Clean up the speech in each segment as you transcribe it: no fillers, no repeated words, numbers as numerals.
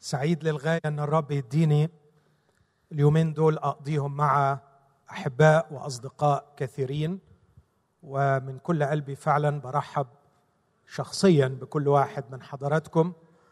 سعيد للغاية أن الرب يديني اليومين دول أقضيهم مع أحباء وأصدقاء كثيرين، ومن كل قلبي فعلا برحب شخصيا بكل واحد من حضراتكم،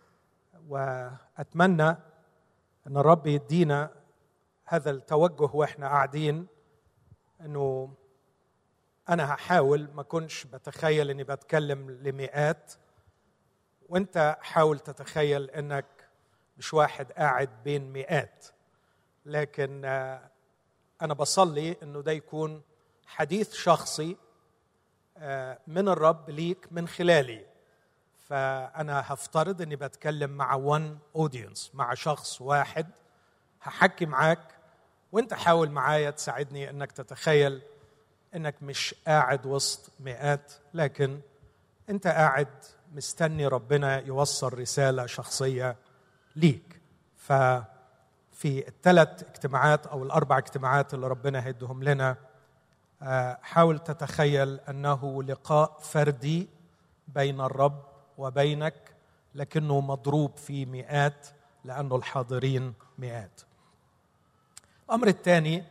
وأتمنى أن الرب يدينا هذا التوجه وإحنا قاعدين، أنه أنا هحاول ما كنش بتخيل أني بتكلم لمئات، وأنت حاول تتخيل أنك مش واحد قاعد بين مئات، لكن أنا بصلي أنه ده يكون حديث شخصي من الرب ليك من خلالي. فأنا هفترض أني بتكلم مع one audience، مع شخص واحد، هحكي معاك وانت حاول معايا تساعدني أنك تتخيل أنك مش قاعد وسط مئات، لكن انت قاعد مستني ربنا يوصل رسالة شخصية ليك. ففي الثلاث اجتماعات أو الأربع اجتماعات اللي ربنا هيدهم لنا، حاول تتخيل أنه لقاء فردي بين الرب وبينك، لكنه مضروب في مئات لأنه الحاضرين مئات. الأمر الثاني،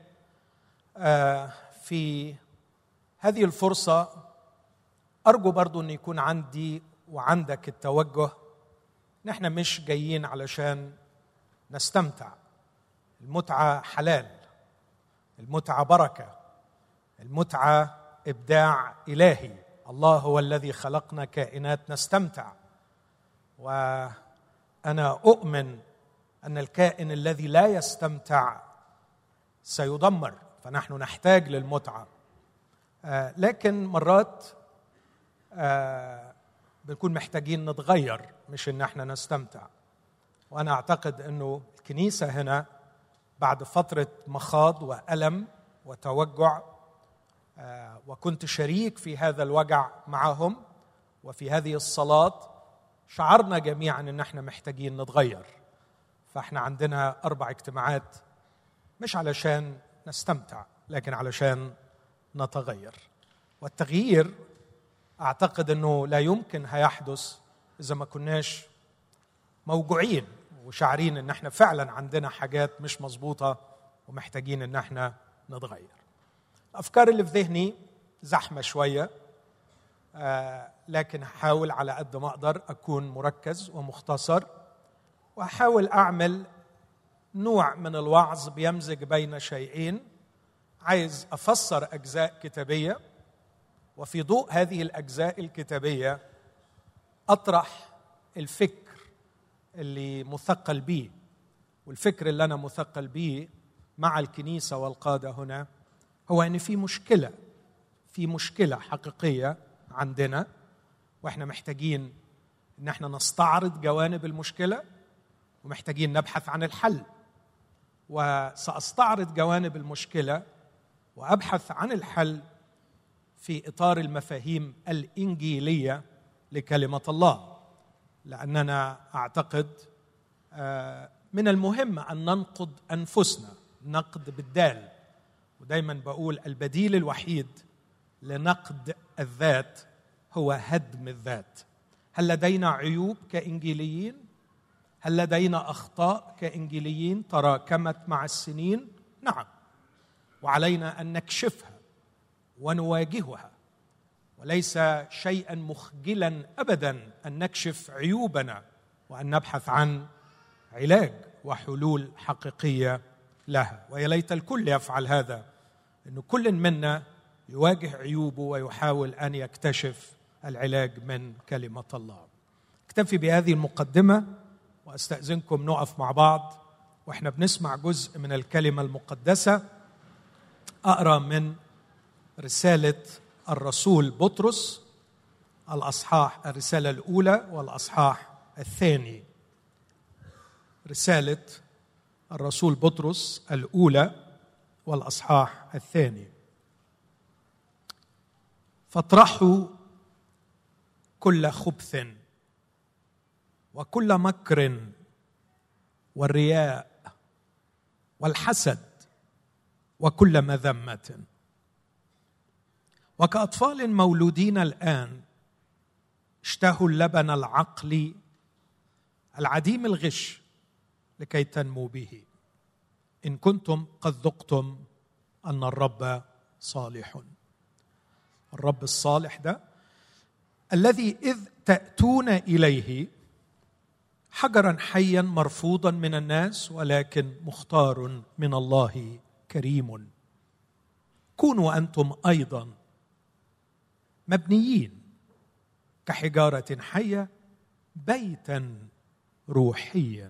في هذه الفرصة أرجو برضو أن يكون عندي وعندك التوجه، نحن مش جايين علشان نستمتع. المتعة حلال، المتعة بركة، المتعة إبداع إلهي. الله هو الذي خلقنا كائنات نستمتع، وأنا أؤمن أن الكائن الذي لا يستمتع سيدمر، فنحن نحتاج للمتعة. لكن مرات بنكون محتاجين نتغير، مش إن احنا نستمتع. وأنا أعتقد أنه الكنيسة هنا بعد فترة مخاض وألم وتوجع، وكنت شريك في هذا الوجع معهم، وفي هذه الصلاة شعرنا جميعا أن احنا محتاجين نتغير. فاحنا عندنا 4 اجتماعات مش علشان نستمتع، لكن علشان نتغير. والتغيير أعتقد أنه لا يمكن هيحدث إذا ما كناش موجوعين وشعرين أن احنا فعلا عندنا حاجات مش مظبوطة ومحتاجين أن احنا نتغير. الأفكار اللي في ذهني زحمة شوية، لكن هحاول على قد ما أقدر أكون مركز ومختصر، وأحاول أعمل نوع من الوعظ بيمزج بين شيئين. عايز أفسر أجزاء كتابية، وفي ضوء هذه الأجزاء الكتابية أطرح الفكر اللي مثقل به. والفكر اللي أنا مثقل به مع الكنيسة والقادة هنا هو أن في مشكلة حقيقية عندنا، وإحنا محتاجين أن احنا نستعرض جوانب المشكلة، ومحتاجين نبحث عن الحل. وسأستعرض جوانب المشكلة وأبحث عن الحل في إطار المفاهيم الإنجيلية لكلمة الله، لأننا أعتقد من المهم أن ننقد أنفسنا نقد بالدال. ودايما بقول البديل الوحيد لنقد الذات هو هدم الذات. هل لدينا عيوب كإنجيليين؟ هل لدينا أخطاء كإنجيليين تراكمت مع السنين؟ نعم، وعلينا أن نكشفها ونواجهها، وليس شيئا مخجلا أبدا أن نكشف عيوبنا وأن نبحث عن علاج وحلول حقيقية لها. ويا ليت الكل يفعل هذا، أن كل منا يواجه عيوبه ويحاول أن يكتشف العلاج من كلمة الله. اكتفي بهذه المقدمة، وأستأذنكم نقف مع بعض وإحنا بنسمع جزء من الكلمة المقدسة. أقرأ من رسالة الرسول بطرس، الرسالة الأولى والأصحاح الثاني. رسالة الرسول بطرس الأولى والأصحاح الثاني. فاطرحوا كل خبث وكل مكر والرياء والحسد وكل مذمة، وكأطفال مولودين الآن اشتهوا اللبن العقلي العديم الغش لكي تنمو به. إن كنتم قد ذقتم أن الرب صالح. الرب الصالح ده الذي إذ تأتون إليه حجرا حيا مرفوضا من الناس ولكن مختار من الله كريم، كونوا أنتم أيضا مبنيين كحجارة حية بيتا روحيا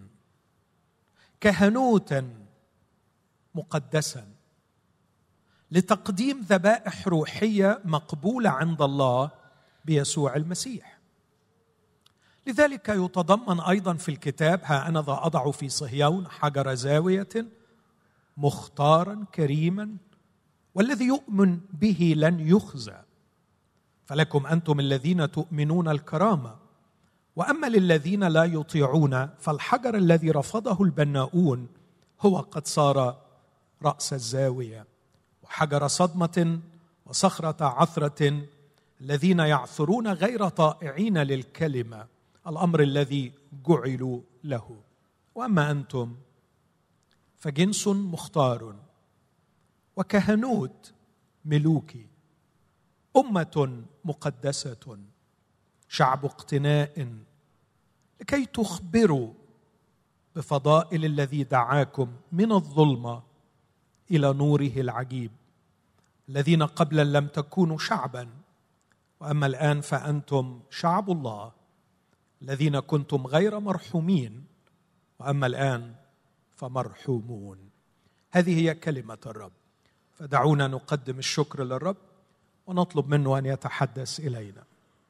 كهنوتا مقدسا لتقديم ذبائح روحية مقبولة عند الله بيسوع المسيح. لذلك يتضمن أيضا في الكتاب: ها أنا ذا أضع في صهيون حجر زاوية مختارا كريما والذي يؤمن به لن يخزى. فلكم أنتم الذين تؤمنون الكرامة، وأما للذين لا يطيعون فالحجر الذي رفضه البناؤون هو قد صار رأس الزاوية وحجر صدمة وصخرة عثرة، الذين يعثرون غير طائعين للكلمة الأمر الذي جعلوا له. وأما أنتم فجنس مختار وكهنوت ملوكي، أمة مقدسة، شعب اقتناء، لكي تخبروا بفضائل الذي دعاكم من الظلمة إلى نوره العجيب، الذين قبلا لم تكونوا شعبا وأما الآن فأنتم شعب الله، الذين كنتم غير مرحومين وأما الآن فمرحومون. هذه هي كلمة الرب. فدعونا نقدم الشكر للرب ونطلب منه أن يتحدث إلينا.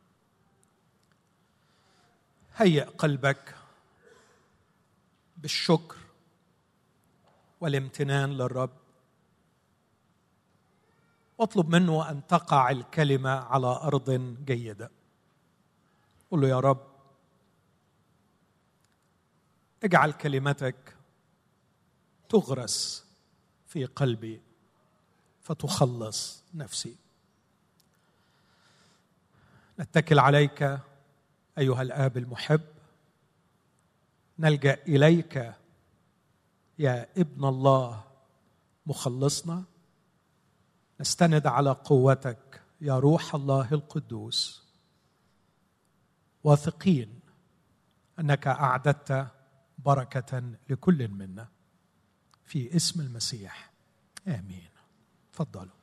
هيئ قلبك بالشكر والامتنان للرب، واطلب منه أن تقع الكلمة على أرض جيدة. قل له: يا رب، اجعل كلمتك تغرس في قلبي فتخلص نفسي. نتكل عليك أيها الآب المحب، نلجأ إليك يا ابن الله مخلصنا، نستند على قوتك يا روح الله القدوس، واثقين أنك أعددت بركة لكل منا في اسم المسيح، آمين. تفضلوا.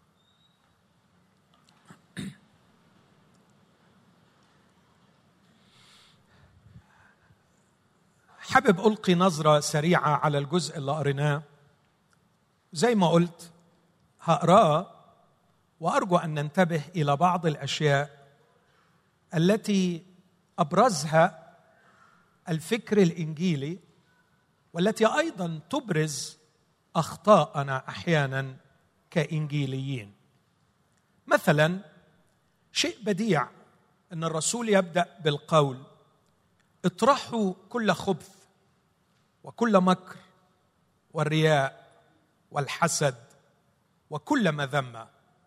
حابب ألقي نظرة سريعة على الجزء اللي قريناه. زي ما قلت هقراه وأرجو أن ننتبه إلى بعض الأشياء التي أبرزها الفكر الإنجيلي، والتي أيضا تبرز أخطاءنا أحيانا كإنجيليين. مثلا شيء بديع أن الرسول يبدأ بالقول: اطرحوا كل خبث وكل مكر والرياء والحسد وكل مذمة،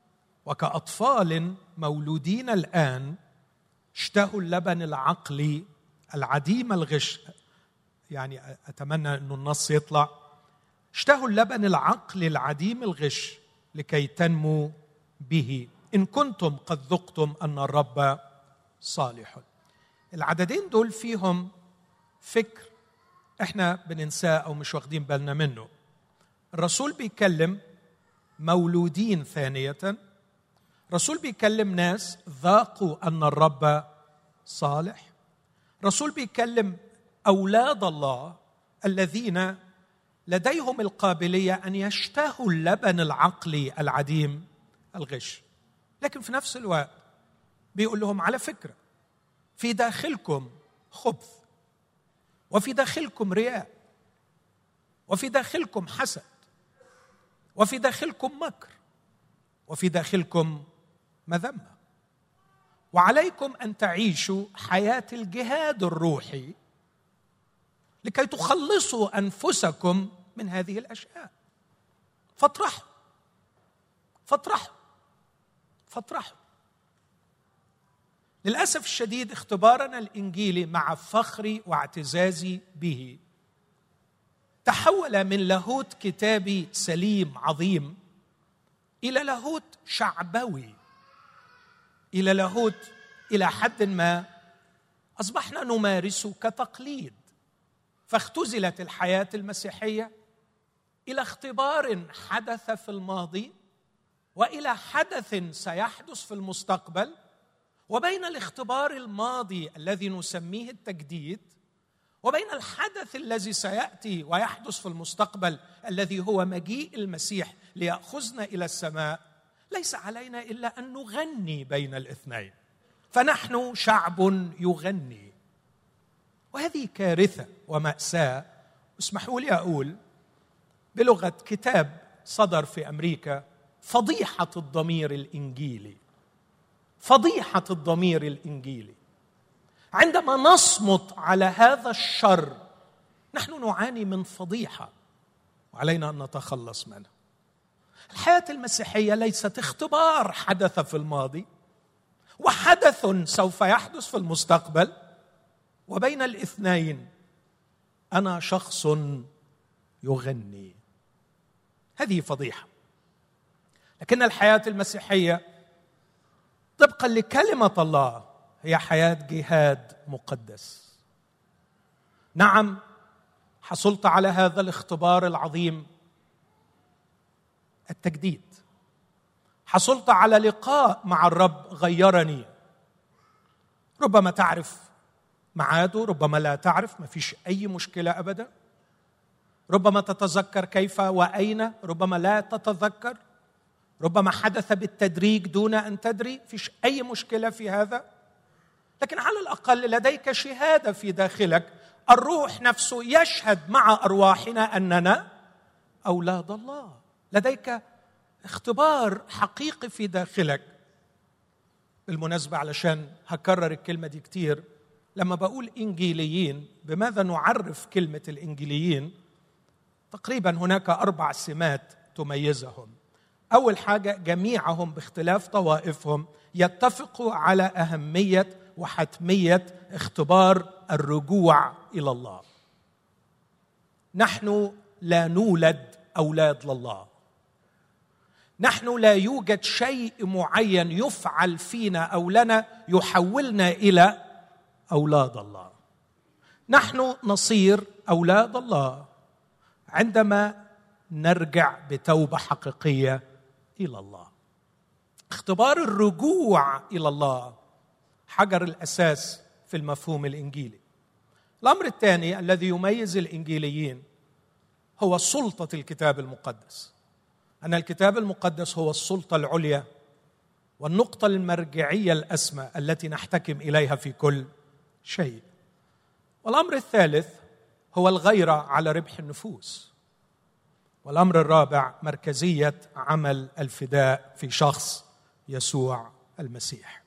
وكأطفال مولودين الآن اشتهوا اللبن العقلي العديم الغش. يعني أتمنى أن النص يطلع: اشتهوا اللبن العقلي العديم الغش لكي تنمو به، إن كنتم قد ذقتم أن الرب صالح. العددين دول فيهم فكر احنا بننساه أو مش واخدين بالنا منه. الرسول بيكلم مولودين ثانية، الرسول بيكلم ناس ذاقوا أن الرب صالح، الرسول بيكلم أولاد الله الذين لديهم القابلية أن يشتهوا اللبن العقلي العديم الغش. لكن في نفس الوقت بيقول لهم: على فكرة، في داخلكم خبث، وفي داخلكم رياء، وفي داخلكم حسد، وفي داخلكم مكر، وفي داخلكم مذمة، وعليكم أن تعيشوا حياة الجهاد الروحي لكي تخلصوا أنفسكم من هذه الأشياء. فاطرحوا فاطرحوا فاطرحوا. للأسف الشديد اختبارنا الإنجيلي مع فخري واعتزازي به تحول من لاهوت كتابي سليم عظيم إلى لاهوت شعبوي، إلى لاهوت إلى حد ما أصبحنا نمارسه كتقليد. فاختزلت الحياة المسيحية إلى اختبار حدث في الماضي وإلى حدث سيحدث في المستقبل، وبين الاختبار الماضي الذي نسميه التجديد وبين الحدث الذي سيأتي ويحدث في المستقبل الذي هو مجيء المسيح ليأخذنا إلى السماء، ليس علينا إلا أن نغني بين الاثنين. فنحن شعب يغني، وهذه كارثة ومأساة. اسمحوا لي أقول بلغة كتاب صدر في أمريكا: فضيحة الضمير الإنجيلي. فضيحة الضمير الإنجيلي. عندما نصمت على هذا الشر نحن نعاني من فضيحة وعلينا أن نتخلص منها. الحياة المسيحية ليست اختبار حدث في الماضي وحدث سوف يحدث في المستقبل، وبين الاثنين أنا شخص يغني. هذه فضيحة. لكن الحياة المسيحية طبقا لكلمة الله هي حياة جهاد مقدس. نعم، حصلت على هذا الاختبار العظيم، التجديد. حصلت على لقاء مع الرب غيرني. ربما تعرف معاده، ربما لا تعرف، ما فيش أي مشكلة أبدا. ربما تتذكر كيف وأين، ربما لا تتذكر. ربما حدث بالتدريج دون أن تدري، فيش أي مشكلة في هذا. لكن على الأقل لديك شهادة في داخلك، الروح نفسه يشهد مع أرواحنا أننا أولاد الله. لديك اختبار حقيقي في داخلك. بالمناسبة، علشان هكرر الكلمة دي كتير، لما بقول إنجيليين بماذا نعرف كلمة الإنجيليين؟ تقريبا هناك 4 سمات تميزهم. أول حاجة، جميعهم باختلاف طوائفهم يتفقوا على أهمية وحتمية اختبار الرجوع إلى الله. نحن لا نولد أولاد لله. نحن لا يوجد شيء معين يفعل فينا أو لنا يحولنا إلى أولاد الله. نحن نصير أولاد الله عندما نرجع بتوبة حقيقية إلى الله. اختبار الرجوع إلى الله حجر الأساس في المفهوم الإنجيلي. الأمر الثاني الذي يميز الإنجيليين هو سلطة الكتاب المقدس. أن الكتاب المقدس هو السلطة العليا والنقطة المرجعية الأسمى التي نحتكم إليها في كل شيء. والأمر الثالث هو الغيرة على ربح النفوس. والأمر الرابع مركزية عمل الفداء في شخص يسوع المسيح.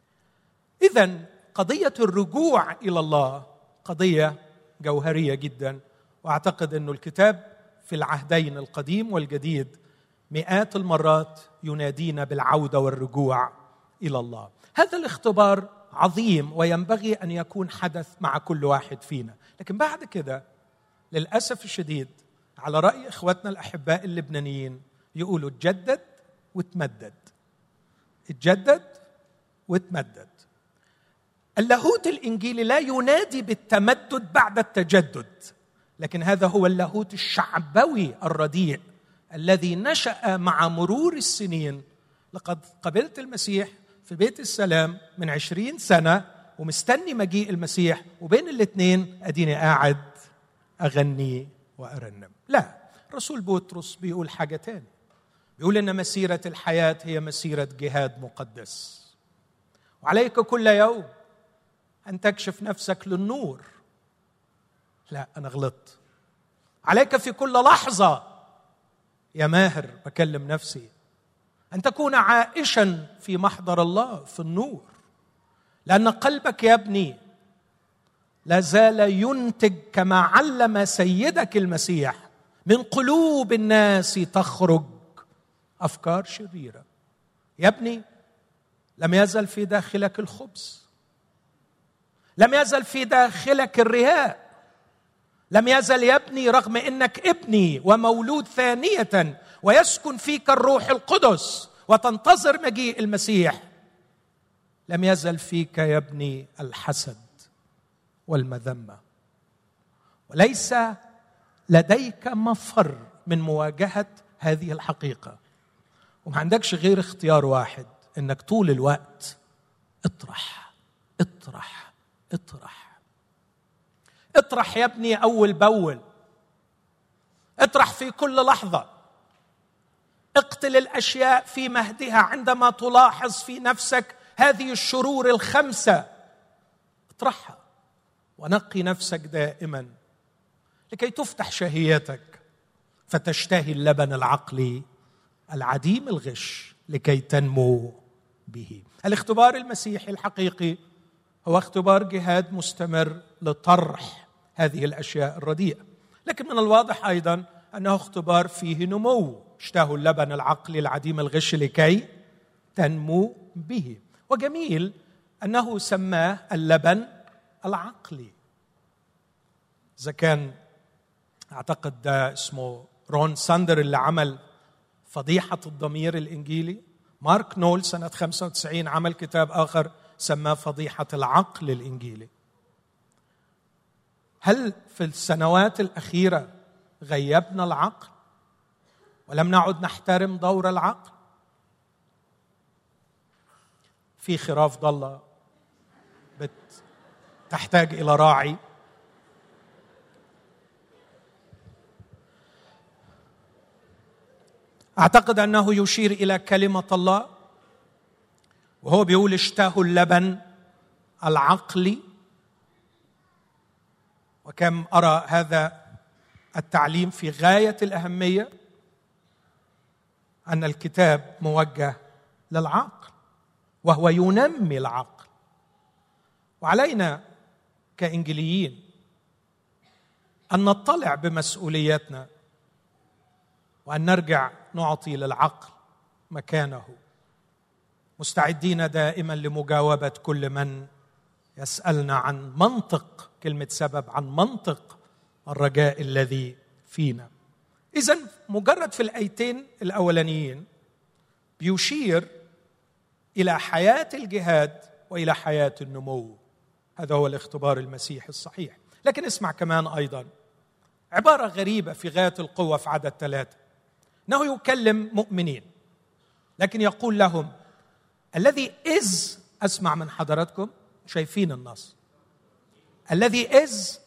إذن قضية الرجوع إلى الله قضية جوهرية جدا، وأعتقد أن الكتاب في العهدين القديم والجديد مئات المرات ينادينا بالعودة والرجوع إلى الله. هذا الاختبار عظيم وينبغي أن يكون حدث مع كل واحد فينا. لكن بعد كده للأسف الشديد، على رأي إخواتنا الأحباء اللبنانيين، يقولوا اتجدد وتمدد، اتجدد وتمدد. اللاهوت الإنجيلي لا ينادي بالتمدد بعد التجدد، لكن هذا هو اللاهوت الشعبوي الرديء الذي نشأ مع مرور السنين. لقد قبلت المسيح في بيت السلام من 20 سنة ومستني مجيء المسيح، وبين الاثنين أديني قاعد أغني وأرنم. لا، رسول بطرس بيقول حاجة تاني، بيقول إن مسيرة الحياة هي مسيرة جهاد مقدس، وعليك كل يوم أن تكشف نفسك للنور. لا، أنا غلطت. عليك في كل لحظة يا ماهر، بكلم نفسي، أن تكون عائشا في محضر الله في النور، لأن قلبك يا ابني لا زال ينتج كما علم سيدك المسيح، من قلوب الناس تخرج أفكار شريرة. يا ابني، لم يزل في داخلك الخبث، لم يزل في داخلك الرياء، لم يزل يبني رغم إنك ابني ومولود ثانية ويسكن فيك الروح القدس وتنتظر مجيء المسيح. لم يزل فيك يبني الحسد والمذمة، وليس لديك مفر من مواجهة هذه الحقيقة. وما عندكش غير اختيار واحد، إنك طول الوقت اطرح اطرح اطرح اطرح يا ابني، أول بأول اطرح في كل لحظة. اقتل الأشياء في مهدها عندما تلاحظ في نفسك هذه الشرور الخمسة، اطرحها ونقي نفسك دائما لكي تفتح شهيتك فتشتهي اللبن العقلي العديم الغش لكي تنمو به. الاختبار المسيحي الحقيقي هو اختبار جهاد مستمر لطرح هذه الأشياء الرديئة، لكن من الواضح أيضا أنه اختبار فيه نمو. اشتهوا اللبن العقلي العديم الغش لكي تنمو به. وجميل أنه سماه اللبن العقلي. إذا كان أعتقد ده اسمه رون ساندر اللي عمل فضيحة الضمير الإنجيلي، مارك نول سنة 95 عمل كتاب آخر سماه فضيحة العقل الإنجيلي. هل في السنوات الأخيرة غيبنا العقل ولم نعد نحترم دور العقل؟ في خراف ضالة تحتاج إلى راعي. أعتقد أنه يشير إلى كلمة الله وهو بيقول اشتهوا اللبن العقلي. وكم أرى هذا التعليم في غاية الأهمية، أن الكتاب موجه للعقل وهو ينمي العقل. وعلينا كإنجيليين أن نطلع بمسؤوليتنا وأن نرجع نعطي للعقل مكانه، مستعدين دائما لمجاوبة كل من يسألنا عن منطق كلمة سبب، عن منطق الرجاء الذي فينا. إذن مجرد في الآيتين الأولانيين بيشير إلى حياة الجهاد وإلى حياة النمو. هذا هو الاختبار المسيحي الصحيح. لكن اسمع كمان أيضا عبارة غريبة في غاية القوة في عدد 3، أنه يكلم مؤمنين لكن يقول لهم الذي إذ، أسمع من حضراتكم شايفين النص، الذي إذ،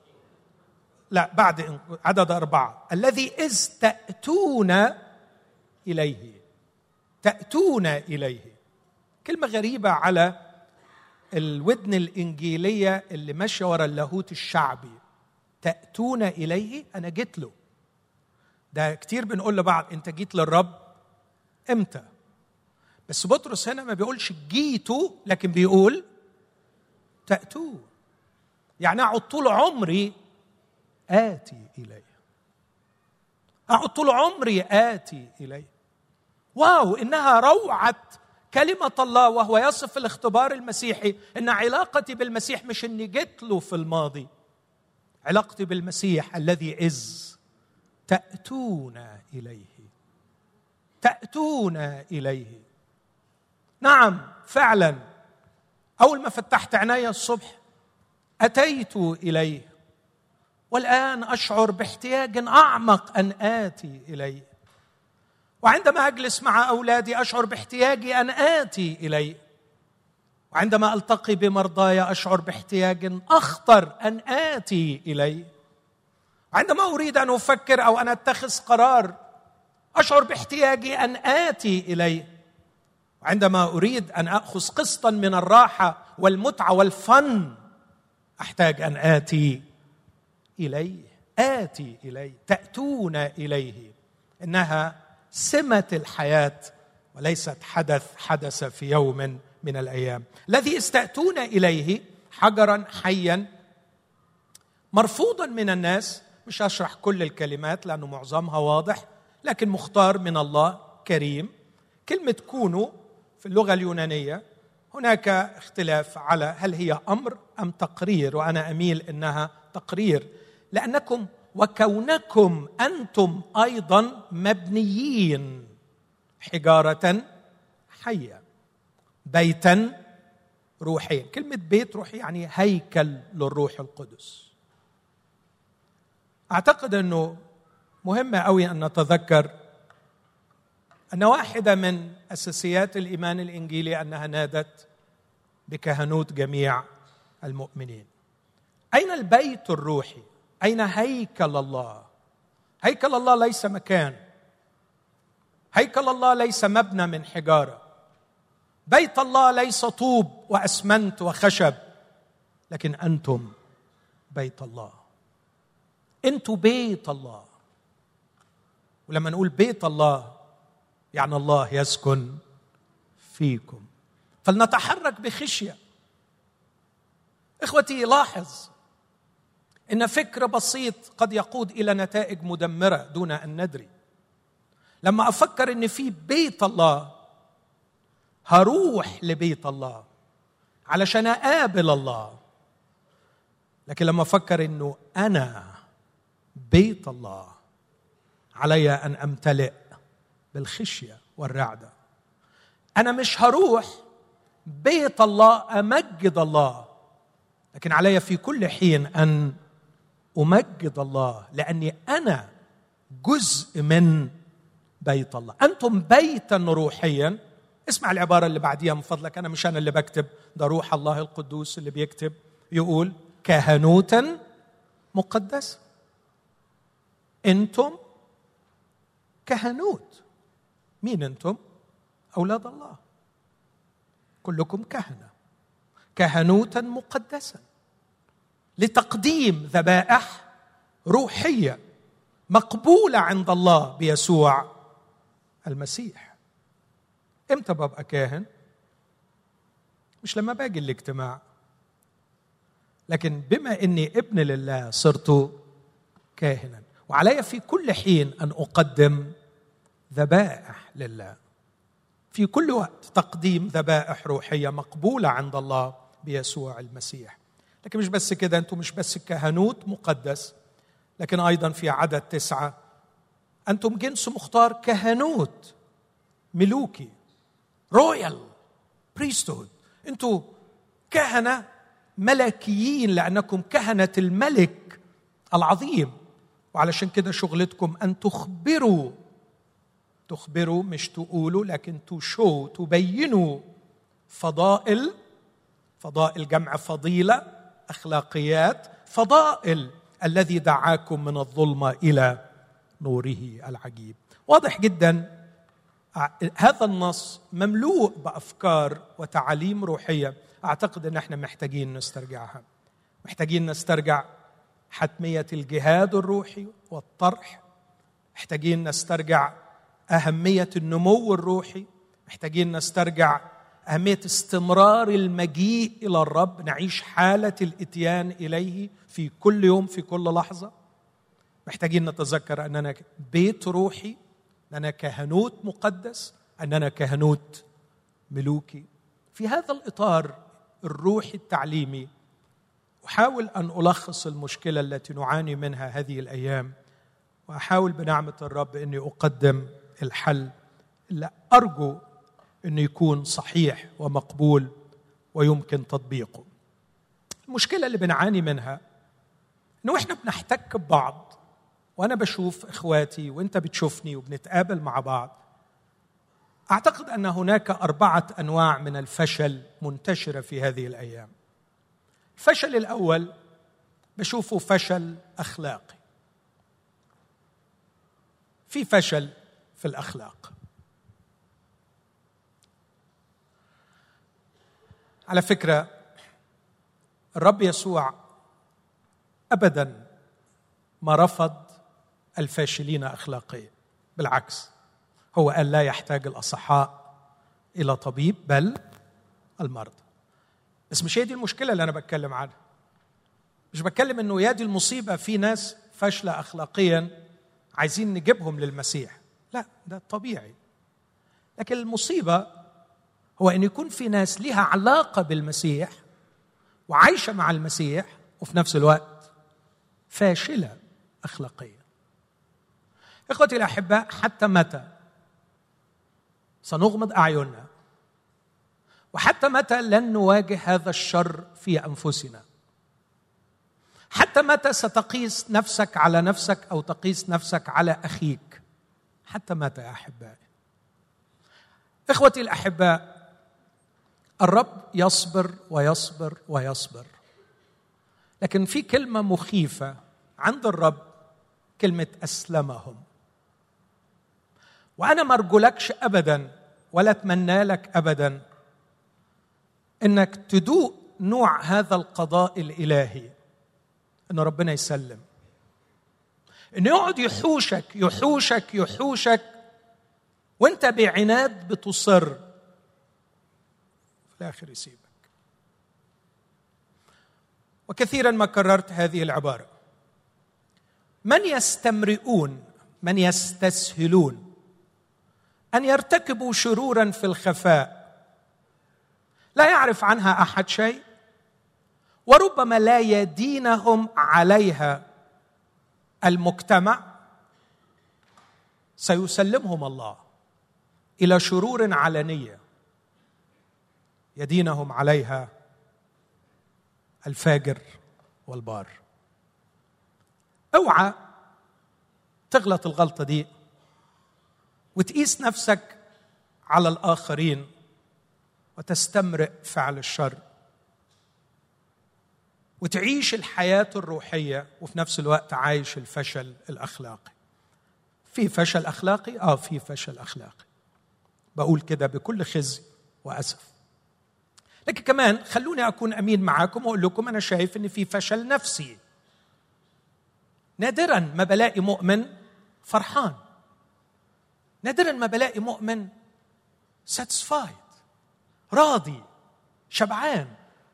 لا بعد عدد 4، الذي إذ تأتون إليه. تأتون إليه كلمة غريبة على الودن الإنجيلية اللي ماشية ورا اللاهوت الشعبي. تأتون إليه، أنا جيت له. ده كتير بنقول لبعض أنت جيت للرب إمتى؟ بس بطرس هنا ما بيقولش جيتوا، لكن بيقول تأتون، يعني أقعد طول عمري آتي إليه، أقعد طول عمري آتي إليه. واو، إنها روعة كلمة الله، وهو يصف الاختبار المسيحي إن علاقتي بالمسيح مش إني جيت له في الماضي، علاقتي بالمسيح الذي إذ تأتون إليه. تأتون إليه. نعم فعلا، أول ما فتحت عيني الصبح أتيت إليه، والآن أشعر باحتياج أعمق أن آتي إليه. وعندما أجلس مع أولادي أشعر باحتياجي أن آتي إليه، وعندما ألتقي بمرضاي أشعر باحتياج أخطر أن آتي إليه، وعندما أريد أن أفكر أو أن أتخذ قرار أشعر باحتياجي أن آتي إليه، وعندما أريد أن أخذ قسطا من الراحة والمتعة والفن أحتاج أن آتي إليه. آتي إليه، تأتون إليه. إنها سمة الحياة وليست حدث في يوم من الأيام. الذي استأتون إليه حجرا حيا مرفوضا من الناس. مش هشرح كل الكلمات لأنه معظمها واضح، لكن مختار من الله كريم. كلمة كونوا في اللغة اليونانية هناك اختلاف على هل هي أمر أم تقرير، وأنا أميل إنها تقرير، لأنكم وكونكم أنتم أيضا مبنيين حجارة حية بيتا روحيا. كلمة بيت روحي يعني هيكل للروح القدس. أعتقد أنه مهم قوي أن نتذكر أن واحدة من أساسيات الإيمان الإنجيلي أنها نادت بكهنوت جميع المؤمنين. أين البيت الروحي؟ أين هيكل الله؟ هيكل الله ليس مكان، هيكل الله ليس مبنى من حجارة، بيت الله ليس طوب وأسمنت وخشب، لكن أنتم بيت الله. أنتم بيت الله. ولما نقول بيت الله يعني الله يسكن فيكم. فلنتحرك بخشية. إخوتي، لاحظ إن فكر بسيط قد يقود إلى نتائج مدمرة دون أن ندري. لما أفكر إن في بيت الله هروح لبيت الله علشان أقابل الله، لكن لما أفكر إنه أنا بيت الله علي أن أمتلئ بالخشية والرعدة. أنا مش هروح بيت الله أمجد الله، لكن علي في كل حين أن أمجد الله، لأني أنا جزء من بيت الله. أنتم بيتا روحيا. اسمع العبارة اللي بعديها من فضلك، أنا مش أنا اللي بكتب، ده روح الله القدوس اللي بيكتب. يقول كهنوتا مقدسا. أنتم كهنوت. مين أنتم؟ أولاد الله، كلكم كهنة. كهنوتا مقدسا لتقديم ذبائح روحية مقبولة عند الله بيسوع المسيح. امتى ببقى كاهن؟ مش لما باجي الاجتماع، لكن بما اني ابن لله صرت كاهنا، وعلي في كل حين ان اقدم ذبائح لله. في كل وقت تقديم ذبائح روحية مقبولة عند الله بيسوع المسيح. لكن مش بس كده، أنتم مش بس كهنوت مقدس، لكن أيضا في عدد 9 أنتم جنس مختار، كهنوت ملوكي، رويال بريستهود. أنتم كهنة ملكيين لأنكم كهنة الملك العظيم. وعلشان كده شغلتكم أن تخبروا مش تقولوا، لكن تشو، تبينوا فضائل جمع فضيلة، أخلاقيات، فضائل الذي دعاكم من الظلمة إلى نوره العجيب. واضح جدا هذا النص مملوء بأفكار وتعاليم روحية. أعتقد أن احنا محتاجين نسترجعها. محتاجين نسترجع حتمية الجهاد الروحي والطرح. محتاجين نسترجع أهمية النمو الروحي. محتاجين نسترجع أهمية استمرار المجيء إلى الرب، نعيش حالة الإتيان إليه في كل يوم في كل لحظة. محتاجين نتذكر أننا بيت روحي، أننا كهنوت مقدس، أننا كهنوت ملوكي. في هذا الإطار الروحي التعليمي أحاول أن ألخص المشكلة التي نعاني منها هذه الأيام، وأحاول بنعمة الرب أني أقدم الحل اللي أرجو أنه يكون صحيح ومقبول ويمكن تطبيقه. المشكلة اللي بنعاني منها أنه إحنا بنحتك ببعض، وأنا بشوف إخواتي وإنت بتشوفني وبنتقابل مع بعض. أعتقد أن هناك 4 أنواع من الفشل منتشرة في هذه الأيام. الفشل الأول بشوفه فشل أخلاقي. في فشل في الأخلاق. على فكرة الرب يسوع أبداً ما رفض الفاشلين أخلاقيا، بالعكس هو قال لا يحتاج الأصحاء إلى طبيب بل المرضى. بس مش هي دي المشكلة اللي أنا بتكلم عنها. مش بتكلم إنه يا دي المصيبة في ناس فاشلة أخلاقيا عايزين نجيبهم للمسيح، لا ده طبيعي. لكن المصيبة هو أن يكون في ناس لها علاقة بالمسيح وعايشة مع المسيح، وفي نفس الوقت فاشلة أخلاقيا. إخوتي الأحباء، حتى متى سنغمض أعيننا؟ وحتى متى لن نواجه هذا الشر في أنفسنا؟ حتى متى ستقيس نفسك على نفسك أو تقيس نفسك على أخيك؟ حتى متى يا أحبائي؟ إخوتي الأحباء، الرب يصبر ويصبر ويصبر، لكن في كلمة مخيفة عند الرب، كلمة أسلمهم. وأنا ما أرجلكش أبدا ولا أتمنى لك أبدا إنك تدوق نوع هذا القضاء الإلهي، إن ربنا يسلم، إنه يقعد يحوشك يحوشك يحوشك وإنت بعناد بتصر، في الآخر يسيبك. وكثيرا ما كررت هذه العبارة: من يستمرئون، من يستسهلون أن يرتكبوا شرورا في الخفاء لا يعرف عنها أحد شيء، وربما لا يدينهم عليها المجتمع، سيسلمهم الله إلى شرور علنية يدينهم عليها الفاجر والبار. اوعى تغلط الغلطة دي وتقيس نفسك على الآخرين وتستمرئ فعل الشر وتعيش الحياة الروحية وفي نفس الوقت عايش الفشل الأخلاقي. في فشل أخلاقي؟ في فشل أخلاقي، بقول كده بكل خزي وأسف. لكن كمان خلوني أكون أمين معاكم وأقول لكم أنا شايف إن في فشل نفسي. نادراً ما بلاقي مؤمن فرحان، نادراً ما بلاقي مؤمن satisfied، راضي شبعان.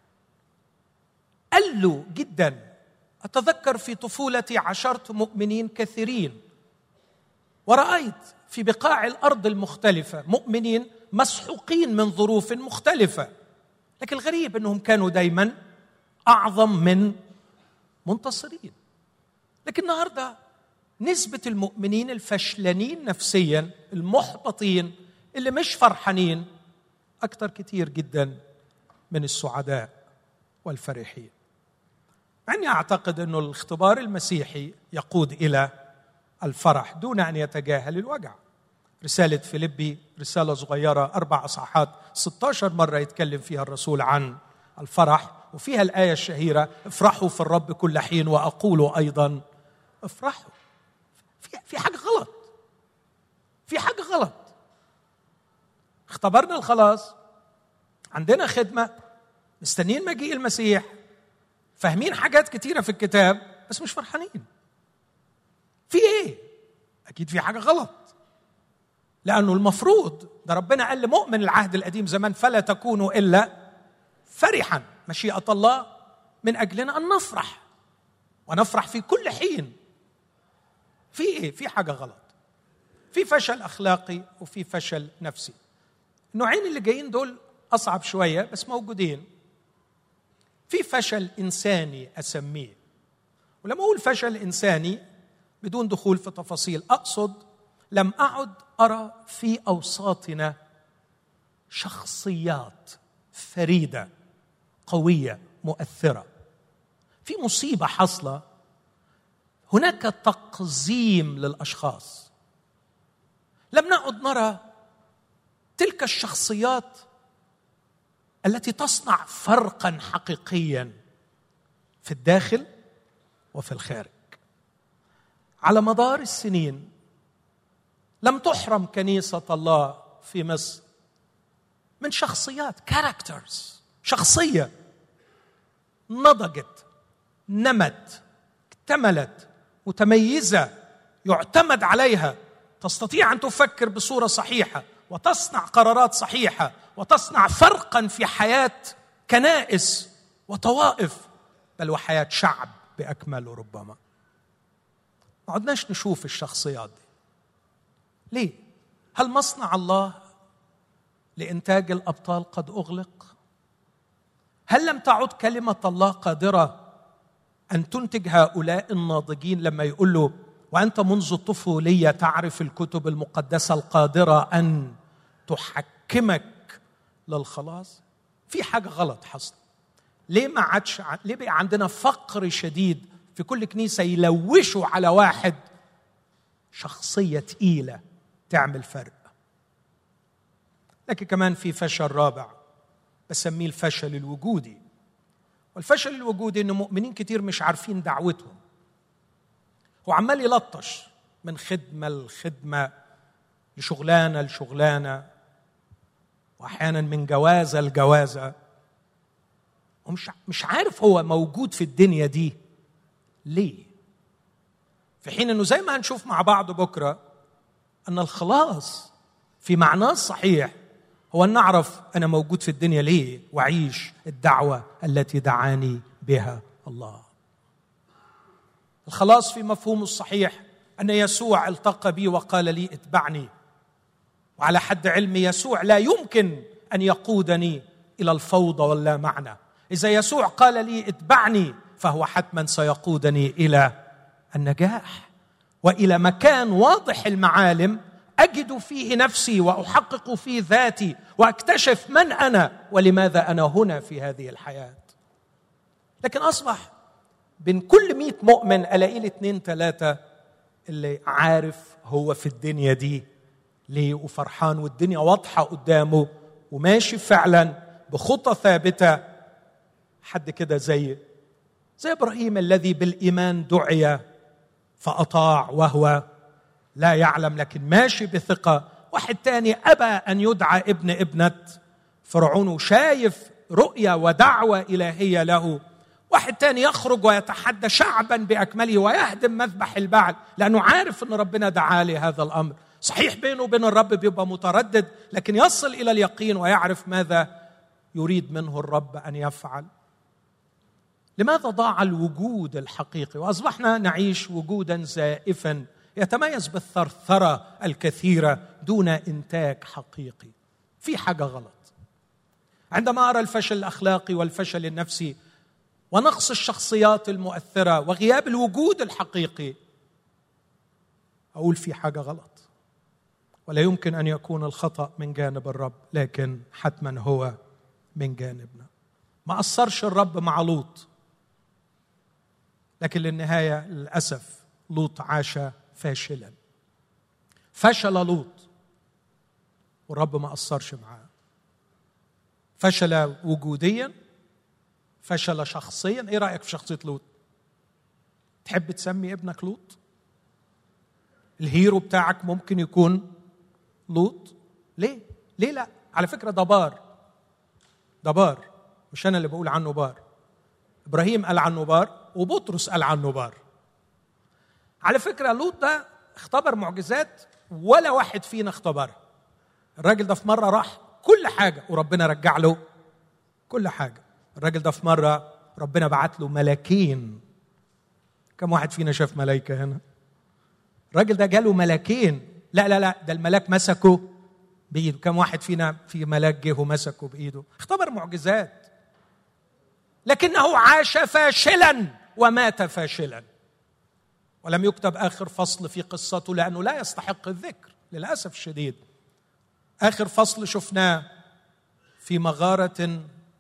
قلوا جداً. أتذكر في طفولتي عاشرت مؤمنين كثيرين، ورأيت في بقاع الأرض المختلفة مؤمنين مسحوقين من ظروف مختلفة، لكن الغريب أنهم كانوا دايماً أعظم من منتصرين. لكن النهاردة نسبة المؤمنين الفشلانين نفسياً، المحبطين، اللي مش فرحانين، أكثر كتير جداً من السعداء والفرحين. مع أني أعتقد أنه الاختبار المسيحي يقود إلى الفرح دون أن يتجاهل الوجع. رسالة فيليبي رسالة صغيرة 4 أصحاحات، 16 مرة يتكلم فيها الرسول عن الفرح، وفيها الآية الشهيرة: افرحوا في الرب كل حين وأقول أيضا افرحوا. في حاجة غلط، في حاجة غلط. اختبرنا الخلاص، عندنا خدمة، مستنيين مجيء المسيح، فاهمين حاجات كتيرة في الكتاب بس مش فرحانين. في ايه؟ اكيد في حاجة غلط، لأنه المفروض ده ربنا قال لمؤمن العهد القديم زمان: فلا تكونوا إلا فرحا. مشيئة الله من أجلنا أن نفرح، ونفرح في كل حين. في ايه؟ في حاجة غلط. في فشل أخلاقي وفي فشل نفسي. النوعين اللي جايين دول أصعب شوية بس موجودين. في فشل إنساني أسميه، ولما أقول فشل إنساني بدون دخول في تفاصيل، أقصد لم أعد أرى في أوساطنا شخصيات فريدة قوية مؤثرة. في مصيبة حصلة، هناك تقزيم للأشخاص. لم نعد نرى تلك الشخصيات التي تصنع فرقاً حقيقياً في الداخل وفي الخارج. على مدار السنين لم تحرم كنيسة الله في مصر من شخصيات كاركترز، شخصية نضجت، نمت، اكتملت، متميزة، يعتمد عليها، تستطيع أن تفكر بصورة صحيحة وتصنع قرارات صحيحة وتصنع فرقاً في حياة كنائس وطوائف، بل وحياة شعب بأكمله. ربما ما عدناش نشوف الشخصيات دي. ليه؟ هل مصنع الله لإنتاج الأبطال قد أغلق؟ هل لم تعد كلمة الله قادرة أن تنتج هؤلاء الناضجين لما يقول له وأنت منذ الطفولية تعرف الكتب المقدسة القادرة أن تحكمك للخلاص؟ في حاجة غلط حصل. ليه بقى عندنا فقر شديد في كل كنيسة يلوشوا على واحد شخصية تقيلة تعمل فرق؟ لكن كمان في فشل رابع بسميه الفشل الوجودي. والفشل الوجودي إن مؤمنين كتير مش عارفين دعوتهم، هو عمال يلطش من خدمة لخدمة، لشغلانة لشغلانة، وأحيانا من جوازة لجوازة، ومش عارف هو موجود في الدنيا دي ليه. في حين أنه زي ما هنشوف مع بعض بكرة أن الخلاص في معناه الصحيح هو أن نعرف أنا موجود في الدنيا ليه وأعيش الدعوة التي دعاني بها الله. الخلاص في مفهومه الصحيح أن يسوع التقى بي وقال لي اتبعني، وعلى حد علمي يسوع لا يمكن أن يقودني إلى الفوضى ولا معنى. إذا يسوع قال لي اتبعني فهو حتما سيقودني إلى النجاح وإلى مكان واضح المعالم أجد فيه نفسي وأحقق فيه ذاتي وأكتشف من أنا ولماذا أنا هنا في هذه الحياة. لكن أصبح بين كل 100 مؤمن ألاقي لي 2-3 اللي عارف هو في الدنيا دي ليه وفرحان والدنيا واضحة قدامه وماشي فعلا بخطة ثابتة. حد كده زي إبراهيم الذي بالإيمان دعي فأطاع وهو لا يعلم لكن ماشي بثقة. واحد تاني أبى أن يدعى ابن ابنة فرعون وشايف رؤية ودعوة إلهية له. واحد تاني يخرج ويتحدى شعبا بأكمله ويهدم مذبح البعل لأنه عارف أن ربنا دعاه لهذا الأمر. صحيح بينه وبين الرب بيبقى متردد لكن يصل إلى اليقين ويعرف ماذا يريد منه الرب أن يفعل. لماذا ضاع الوجود الحقيقي وأصبحنا نعيش وجودا زائفا يتميز بالثرثرة الكثيرة دون إنتاج حقيقي؟ في حاجة غلط. عندما أرى الفشل الأخلاقي والفشل النفسي ونقص الشخصيات المؤثرة وغياب الوجود الحقيقي أقول في حاجة غلط، ولا يمكن أن يكون الخطأ من جانب الرب لكن حتما هو من جانبنا. ما قصرش الرب مع لوط، لكن للنهاية للأسف لوط عاش فاشلا. فشل لوط والرب ما قصرش معاه. فشل وجوديا، فشل شخصيا. ايه رأيك في شخصية لوط؟ تحب تسمي ابنك لوط؟ الهيرو بتاعك ممكن يكون لوط؟ ليه لا؟ على فكرة ده بار، مش أنا اللي بقول عنه بار. إبراهيم قال عنه بار وبطرس قال عنه بار. على فكرة لوط ده اختبر معجزات ولا واحد فينا اختبرها. الراجل ده في مرة راح كل حاجة وربنا رجع له كل حاجة. الراجل ده في مرة ربنا بعت له ملاكين. كم واحد فينا شاف ملايكة هنا؟ الراجل ده جاله ملاكين. لا ده الملاك مسكه بإيده. كم واحد فينا في ملاك جه ومسكه بإيده؟ اختبر معجزات لكنه عاش فاشلا ومات فاشلا، ولم يكتب آخر فصل في قصته لأنه لا يستحق الذكر للأسف الشديد. آخر فصل شفناه في مغارة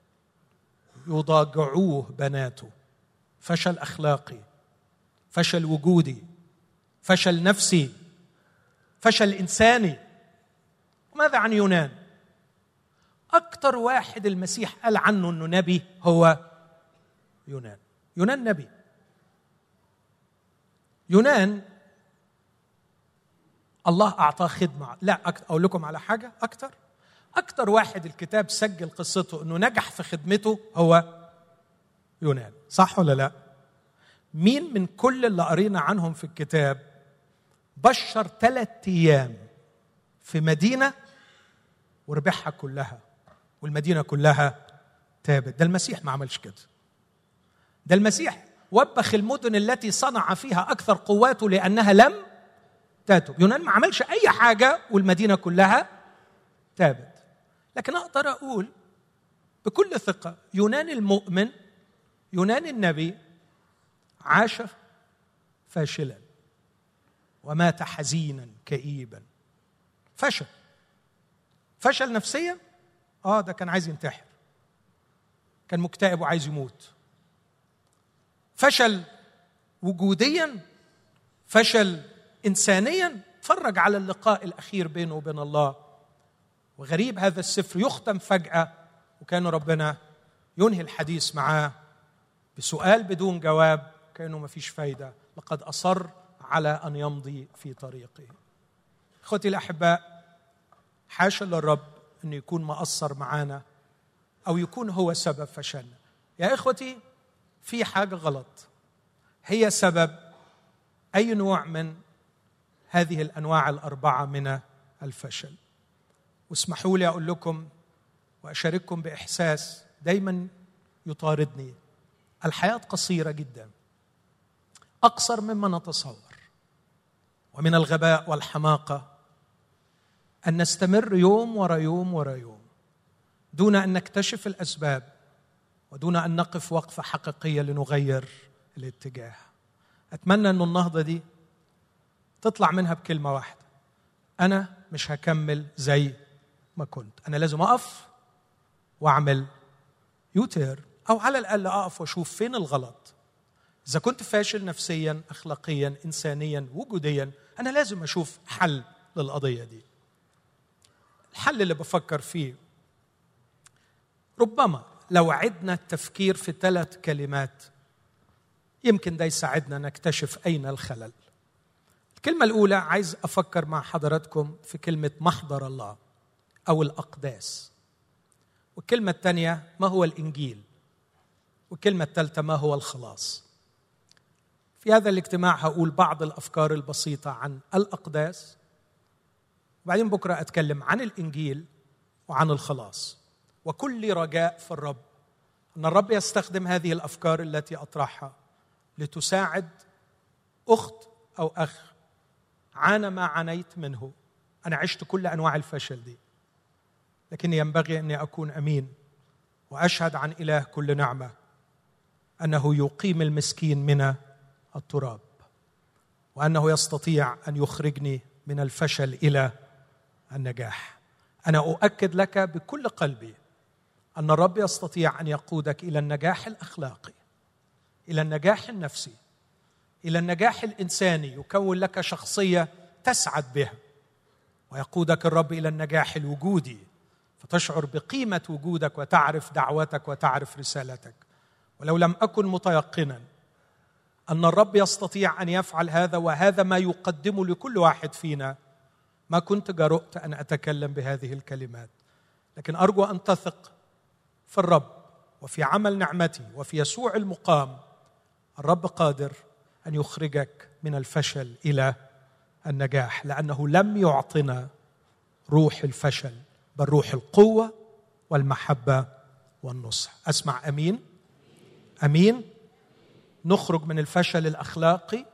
يضاجعوه بناته. فشل أخلاقي، فشل وجودي، فشل نفسي، فشل إنساني. وماذا عن يونان؟ أكتر واحد المسيح قال عنه أنه نبي هو يونان نبي. يونان الله أعطاه خدمة. لا أقول لكم على حاجة أكتر واحد الكتاب سجل قصته أنه نجح في خدمته هو يونان. صح ولا لا؟ مين من كل اللي قرينا عنهم في الكتاب بشر 3 أيام في مدينة وربحها كلها والمدينة كلها تابت؟ ده المسيح ما عملش كده. ده المسيح وبخ المدن التي صنع فيها أكثر قواته لأنها لم تتب. يونان ما عملش أي حاجة والمدينة كلها تابت. لكن أقدر أقول بكل ثقة يونان المؤمن، يونان النبي، عاش فاشلا ومات حزينا كئيبا. فشل نفسيا، ده كان عايز ينتحر، كان مكتئب وعايز يموت. فشل وجوديا، فشل إنسانيا. اتفرج على اللقاء الأخير بينه وبين الله، وغريب هذا السفر يختم فجأة، وكان ربنا ينهي الحديث معاه بسؤال بدون جواب، كأنه ما فيش فايدة، لقد أصر على أن يمضي في طريقه. أخوتي الأحباء، حاشا للرب أن يكون مقصر معانا أو يكون هو سبب فشلنا. يا إخوتي، في حاجة غلط هي سبب أي نوع من هذه الأنواع الأربعة من الفشل. واسمحوا لي أقول لكم وأشارككم بإحساس دايما يطاردني. الحياة قصيرة جدا، أقصر مما نتصور، ومن الغباء والحماقة أن نستمر يوم ورا يوم ورا يوم دون أن نكتشف الأسباب ودون أن نقف وقفة حقيقية لنغير الاتجاه. أتمنى أن النهضة دي تطلع منها بكلمة واحدة: أنا مش هكمل زي ما كنت، أنا لازم أقف وأعمل يوتير، أو على الأقل أقف وأشوف فين الغلط. إذا كنت فاشل نفسيا، أخلاقيا، إنسانيا، وجوديا، أنا لازم أشوف حل للقضية دي. الحل اللي بفكر فيه ربما لو عدنا التفكير في 3 كلمات يمكن ده يساعدنا نكتشف أين الخلل. الكلمة الأولى عايز أفكر مع حضراتكم في كلمة محضر الله أو الأقداس، والكلمة الثانية ما هو الإنجيل، والكلمة الثالثة ما هو الخلاص. في هذا الاجتماع هقول بعض الأفكار البسيطة عن الأقداس، وبعدين بكرة أتكلم عن الإنجيل وعن الخلاص. وكل رجاء في الرب أن الرب يستخدم هذه الأفكار التي أطرحها لتساعد أخت أو أخ عانى ما عانيت منه. أنا عشت كل أنواع الفشل دي، لكن ينبغي أني أكون أمين وأشهد عن إله كل نعمة أنه يقيم المسكين من التراب، وأنه يستطيع أن يخرجني من الفشل إلى النجاح. أنا أؤكد لك بكل قلبي أن الرب يستطيع أن يقودك إلى النجاح الأخلاقي، إلى النجاح النفسي، إلى النجاح الإنساني، يكون لك شخصية تسعد بها، ويقودك الرب إلى النجاح الوجودي فتشعر بقيمة وجودك وتعرف دعوتك وتعرف رسالتك. ولو لم أكن متيقنا أن الرب يستطيع أن يفعل هذا، وهذا ما يقدمه لكل واحد فينا، ما كنت جرؤت أن أتكلم بهذه الكلمات. لكن أرجو أن تثق في الرب وفي عمل نعمتي وفي يسوع المقام. الرب قادر أن يخرجك من الفشل إلى النجاح، لأنه لم يعطنا روح الفشل بل روح القوة والمحبة والنصح. أسمع أمين؟ أمين. نخرج من الفشل الأخلاقي،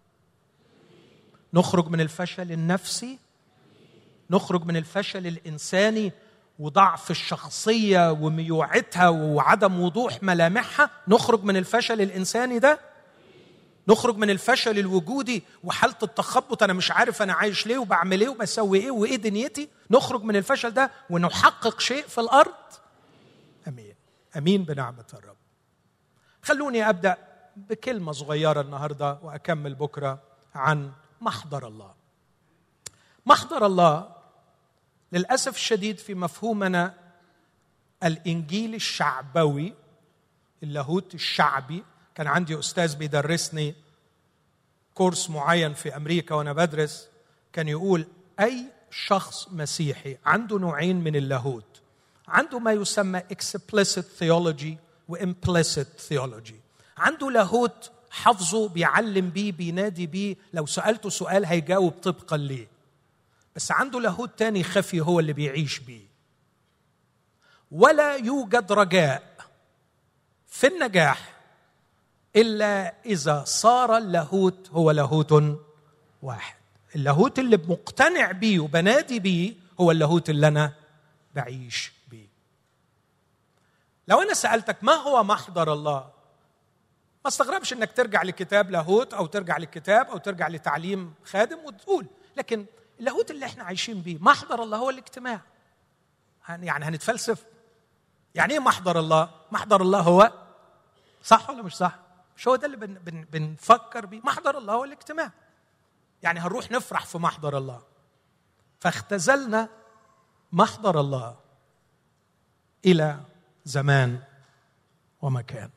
نخرج من الفشل النفسي، نخرج من الفشل الإنساني وضعف الشخصية وميوعتها وعدم وضوح ملامحها. نخرج من الفشل الإنساني ده، نخرج من الفشل الوجودي وحالة التخبط، أنا مش عارف أنا عايش ليه وبعمل إيه وبسوي إيه وإيه دنيتي. نخرج من الفشل ده ونحقق شيء في الأرض. أمين. أمين بنعمة الرب. خلوني أبدأ بكلمة صغيرة النهاردة وأكمل بكرة عن محضر الله. محضر الله للأسف الشديد في مفهومنا الإنجيل الشعبوي، اللاهوت الشعبي. كان عندي أستاذ بيدرسني كورس معين في أمريكا وأنا بدرس، كان يقول أي شخص مسيحي عنده نوعين من اللاهوت، عنده ما يسمى explicit theology و implicit theology. عنده لاهوت حفظه بيعلم بيه بينادي بيه، لو سألته سؤال هيجاوب طبقا ليه. بس عنده لاهوت تاني خفي هو اللي بيعيش بيه. ولا يوجد رجاء في النجاح إلا إذا صار اللاهوت هو لاهوت واحد. اللاهوت اللي مقتنع بيه وبنادي بيه هو اللاهوت اللي أنا بعيش بيه. لو أنا سألتك ما هو محضر الله، ما استغربش انك ترجع لكتاب لاهوت او ترجع لكتاب او ترجع لتعليم خادم وتقول، لكن اللاهوت اللي احنا عايشين بيه محضر الله هو الاجتماع. يعني هنتفلسف؟ يعني ايه محضر الله؟ محضر الله هو، صح ولا مش صح؟ مش هو ده اللي بنفكر بيه؟ محضر الله هو الاجتماع. يعني هنروح نفرح في محضر الله. فاختزلنا محضر الله إلى زمان ومكان.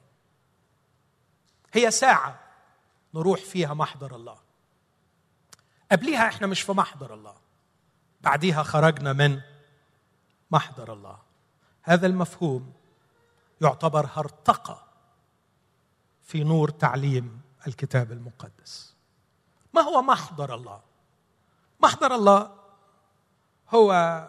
هي ساعة نروح فيها محضر الله، قبليها احنا مش في محضر الله، بعديها خرجنا من محضر الله. هذا المفهوم يعتبر هرطقة في نور تعليم الكتاب المقدس. ما هو محضر الله؟ محضر الله هو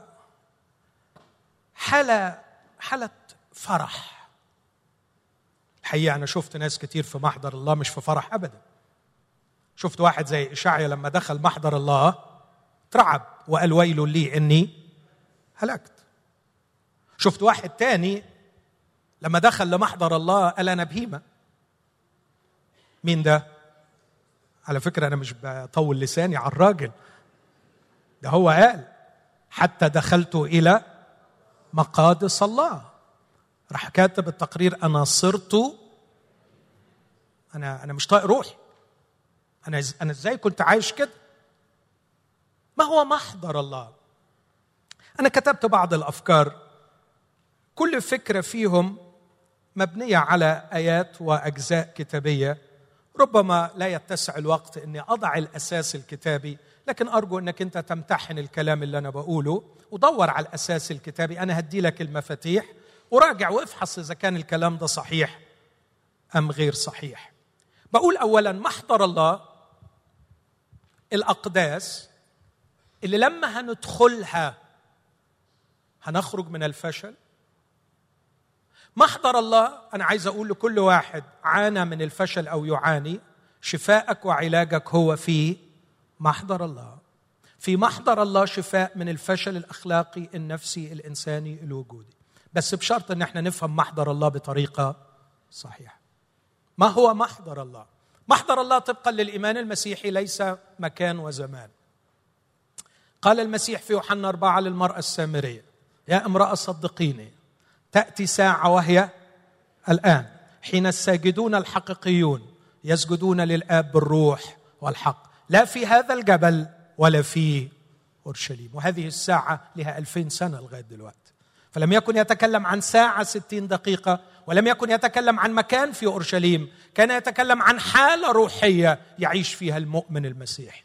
حالة فرح. الحقيقة أنا شفت ناس كتير في محضر الله مش في فرح أبدا. شفت واحد زي إشعيا لما دخل محضر الله ترعب وقال ويل لي إني هلكت. شفت واحد تاني لما دخل لمحضر الله قال أنا بهيمة. مين ده؟ على فكرة أنا مش بطول لساني على الراجل ده، هو قال حتى دخلت إلى مقادس الله. راح كاتب التقرير أنا صرت، أنا مش طايق روحي، أنا إزاي كنت عايش كده؟ ما هو محضر الله؟ أنا كتبت بعض الأفكار، كل فكرة فيهم مبنية على آيات وأجزاء كتابية. ربما لا يتسع الوقت أني أضع الأساس الكتابي، لكن أرجو أنك أنت تمتحن الكلام اللي أنا بقوله ودور على الأساس الكتابي. أنا هدي لك المفاتيح وراجع وافحص إذا كان الكلام ده صحيح أم غير صحيح. بقول أولا محضر الله الأقداس اللي لما هندخلها هنخرج من الفشل. محضر الله، أنا عايز أقول لكل واحد عانى من الفشل أو يعاني، شفاءك وعلاجك هو في محضر الله. في محضر الله شفاء من الفشل الأخلاقي النفسي الإنساني الوجودي، بس بشرط أن احنا نفهم محضر الله بطريقة صحيحة. ما هو محضر الله؟ محضر الله طبقا للإيمان المسيحي ليس مكان وزمان. قال المسيح في يوحنا 4 للمرأة السامرية: يا امرأة صدقيني، تأتي ساعة وهي الآن حين الساجدون الحقيقيون يسجدون للآب بالروح والحق، لا في هذا الجبل ولا في أورشليم. وهذه الساعة لها 2000 سنة لغاية دلوقتي. فلم يكن يتكلم عن ساعة 60 دقيقة، ولم يكن يتكلم عن مكان في أورشليم، كان يتكلم عن حالة روحية يعيش فيها المؤمن المسيحي.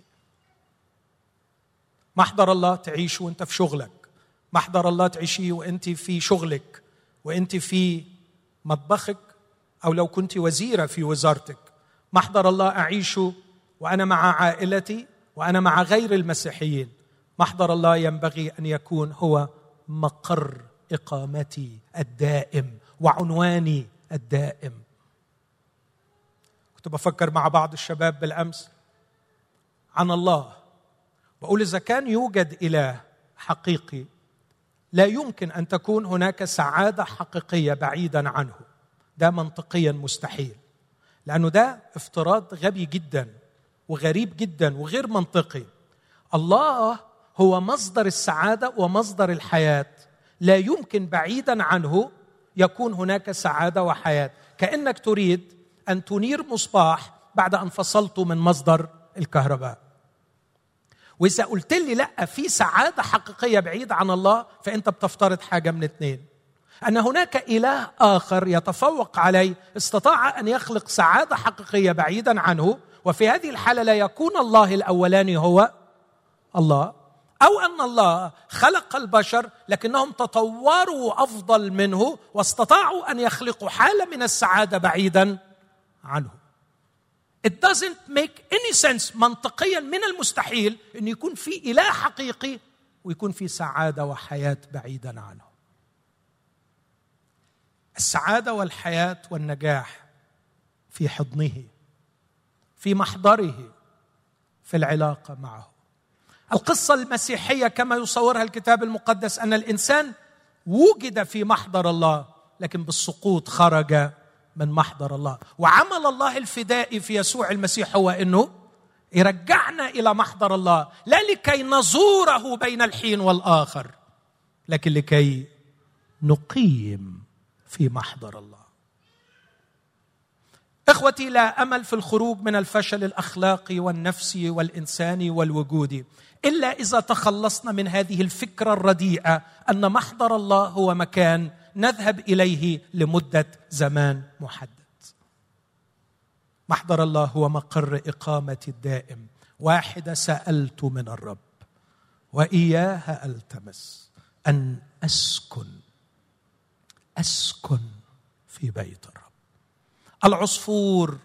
محضر الله تعيش وانت في شغلك، محضر الله تعيشيه وانت في شغلك، وانت في مطبخك، أو لو كنت وزيرة في وزارتك. محضر الله أعيشه وأنا مع عائلتي وأنا مع غير المسيحيين. محضر الله ينبغي أن يكون هو مقر إقامتي الدائم وعنواني الدائم. كنت بفكر مع بعض الشباب بالأمس عن الله، بقول إذا كان يوجد إله حقيقي لا يمكن أن تكون هناك سعادة حقيقية بعيدا عنه. ده منطقيا مستحيل، لأنه ده افتراض غبي جدا وغريب جدا وغير منطقي. الله هو مصدر السعادة ومصدر الحياة، لا يمكن بعيدا عنه يكون هناك سعادة وحياة. كأنك تريد أن تنير مصباح بعد أن فصلته من مصدر الكهرباء. وإذا قلت لي لا في سعادة حقيقية بعيد عن الله، فأنت بتفترض حاجة من اثنين: أن هناك إله آخر يتفوق عليه استطاع أن يخلق سعادة حقيقية بعيدا عنه، وفي هذه الحالة لا يكون الله الأولاني هو الله، أو أن الله خلق البشر لكنهم تطوروا أفضل منه واستطاعوا أن يخلقوا حالة من السعادة بعيدا عنه. It doesn't make any sense. منطقيا من المستحيل أن يكون في إله حقيقي ويكون في سعادة وحياة بعيدا عنه. السعادة والحياة والنجاح في حضنه، في محضره، في العلاقة معه. القصة المسيحية كما يصورها الكتاب المقدس أن الإنسان وجد في محضر الله، لكن بالسقوط خرج من محضر الله. وعمل الله الفدائي في يسوع المسيح هو أنه يرجعنا إلى محضر الله، لا لكي نزوره بين الحين والآخر، لكن لكي نقيم في محضر الله. إخوتي، لا أمل في الخروج من الفشل الأخلاقي والنفسي والإنساني والوجودي إلا إذا تخلصنا من هذه الفكرة الرديئة أن محضر الله هو مكان نذهب إليه لمدة زمان محدد. محضر الله هو مقر إقامتي الدائم. واحدة سألت من الرب وإياها ألتمس، أن أسكن في بيت الرب. العصفور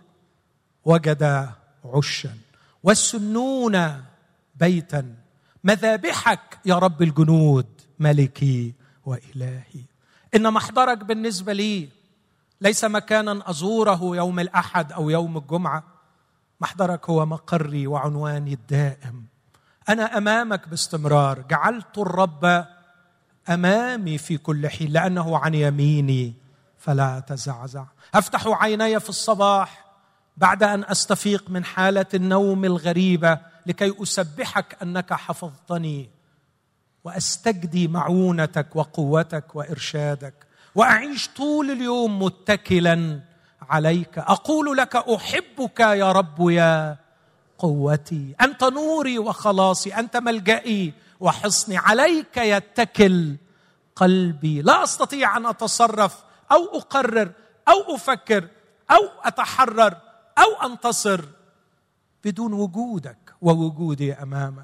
وجد عشا والسنون بيتا، مذابحك يا رب الجنود ملكي وإلهي. إن محضرك بالنسبة لي ليس مكانا أزوره يوم الأحد أو يوم الجمعة، محضرك هو مقري وعنواني الدائم. أنا أمامك باستمرار، جعلت الرب أمامي في كل حين، لأنه عن يميني فلا تزعزع. أفتح عيني في الصباح بعد أن أستفيق من حالة النوم الغريبة لكي أسبحك أنك حفظتني، وأستجدي معونتك وقوتك وإرشادك، وأعيش طول اليوم متكلا عليك. أقول لك أحبك يا رب يا قوتي، أنت نوري وخلاصي، أنت ملجئي وحصني، عليك يتكل قلبي. لا أستطيع أن أتصرف أو أقرر أو أفكر أو أتحرر أو أنتصر بدون وجودك ووجودي أمامك.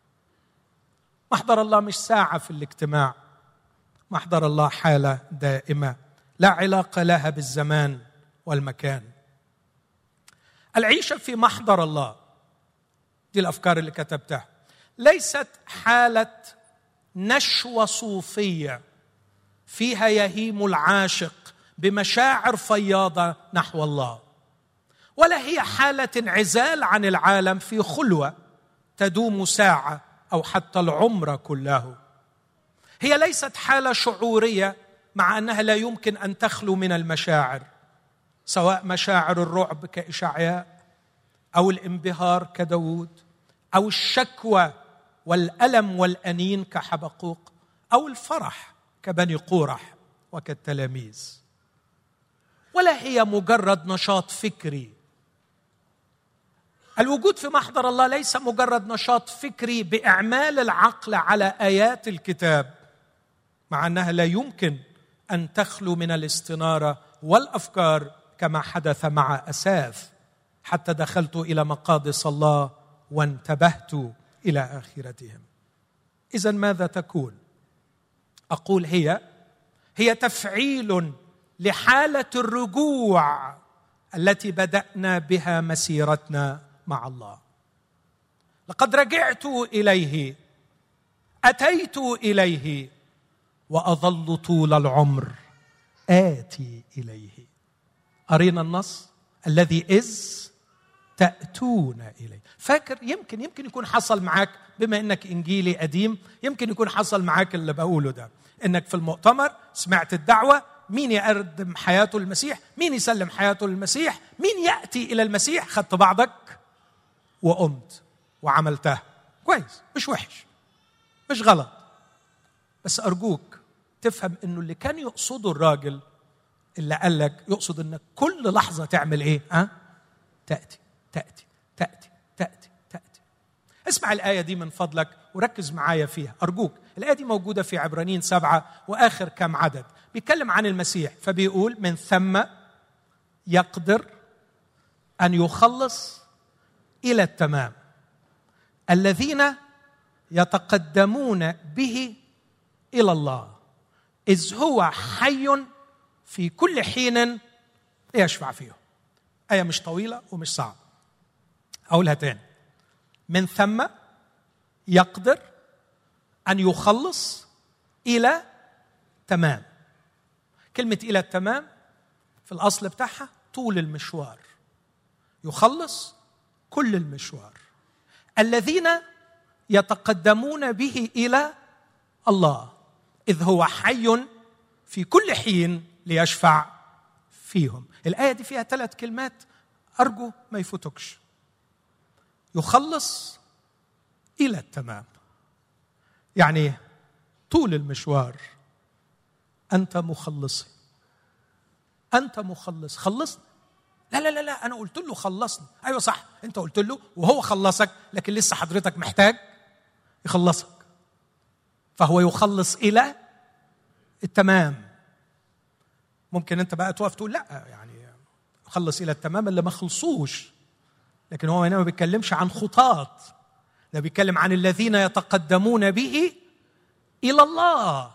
محضر الله مش ساعة في الاجتماع، محضر الله حالة دائمة لا علاقة لها بالزمان والمكان. العيشة في محضر الله، دي الأفكار اللي كتبتها، ليست حالة نشوة صوفية فيها يهيم العاشق بمشاعر فياضة نحو الله، ولا هي حالة انعزال عن العالم في خلوة تدوم ساعة أو حتى العمر كله. هي ليست حالة شعورية مع أنها لا يمكن أن تخلو من المشاعر، سواء مشاعر الرعب كإشعياء أو الانبهار كداود أو الشكوى والألم والأنين كحبقوق أو الفرح كبني قورح وكالتلاميذ. ولا هي مجرد نشاط فكري. الوجود في محضر الله ليس مجرد نشاط فكري بإعمال العقل على آيات الكتاب، مع أنها لا يمكن أن تخلو من الاستنارة والأفكار كما حدث مع أساف، حتى دخلت إلى مقادس الله وانتبهت إلى آخرتهم. إذن ماذا تكون؟ أقول هي تفعيل لحالة الرجوع التي بدأنا بها مسيرتنا مع الله. لقد رجعت إليه، أتيت إليه، وأظل طول العمر آتي إليه. قرينا النص الذي إذ تأتون إليه. فاكر يمكن يكون حصل معك، بما إنك إنجيلي قديم، يمكن يكون حصل معك اللي بقوله ده، إنك في المؤتمر سمعت الدعوة، مين يقدم حياته للمسيح، مين يسلم حياته للمسيح، مين يأتي إلى المسيح، خدت بعضك وقمت وعملتها. كويس، مش وحش، مش غلط، بس أرجوك تفهم إنه اللي كان يقصده الراجل اللي قال لك يقصد إنك كل لحظة تعمل إيه؟ تأتي تأتي تأتي تأتي تأتي. اسمع الآية دي من فضلك وركز معايا فيها أرجوك. الآية دي موجودة في عبرانيين 7 وآخر كم عدد، بيتكلم عن المسيح، فبيقول من ثم يقدر أن يخلص إلى التمام الذين يتقدمون به إلى الله، إذ هو حي في كل حين يشفع فيهم. آية مش طويلة ومش صعبة، أقولها تاني. من ثم يقدر أن يخلص إلى تمام. كلمة إلى التمام في الأصل بتاعها طول المشوار، يخلص كل المشوار. الذين يتقدمون به إلى الله، إذ هو حي في كل حين ليشفع فيهم. الآية دي فيها 3 كلمات أرجو ما يفوتكش. يخلص إلى التمام، يعني طول المشوار أنت مخلصي، أنت مخلص. خلصني؟ لا لا لا لا، أنا قلت له خلصني. أيوة صح، أنت قلت له وهو خلصك، لكن لسه حضرتك محتاج يخلصك، فهو يخلص إلى التمام. ممكن أنت بقى توقف تقول لا، يعني يخلص إلى التمام اللي ما خلصوش، لكن هو هنا ما بيتكلمش عن خطاة، ده بيتكلم عن الذين يتقدمون به إلى الله.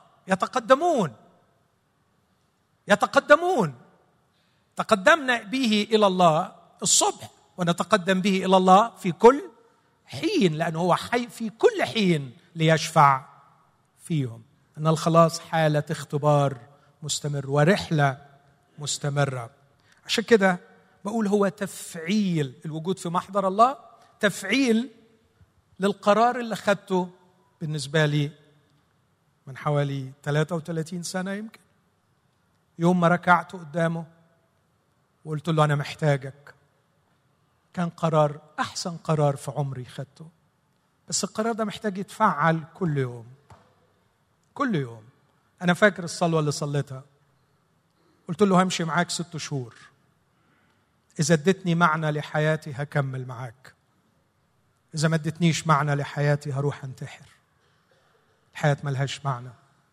يتقدمون. تقدمنا به إلى الله الصبح، ونتقدم به إلى الله في كل حين، لأنه هو حي في كل حين ليشفع فيهم. أن الخلاص حالة اختبار مستمر ورحلة مستمرة. عشان كده بقول هو تفعيل الوجود في محضر الله، تفعيل للقرار اللي خدته بالنسبة لي من حوالي 33 سنة يمكن، يوم ما ركعت قدامه وقلت له أنا محتاجك. كان قرار، أحسن قرار في عمري خدته، بس القرار ده محتاج يتفعل كل يوم. كل يوم. أنا فاكر الصلوة اللي صليتها، قلت له همشي معاك 6 شهور، إذا ادتني معنى لحياتي هكمل معاك، إذا ما ادتنيش معنى لحياتي هروح انتحر. الحياة ملهاش معنى.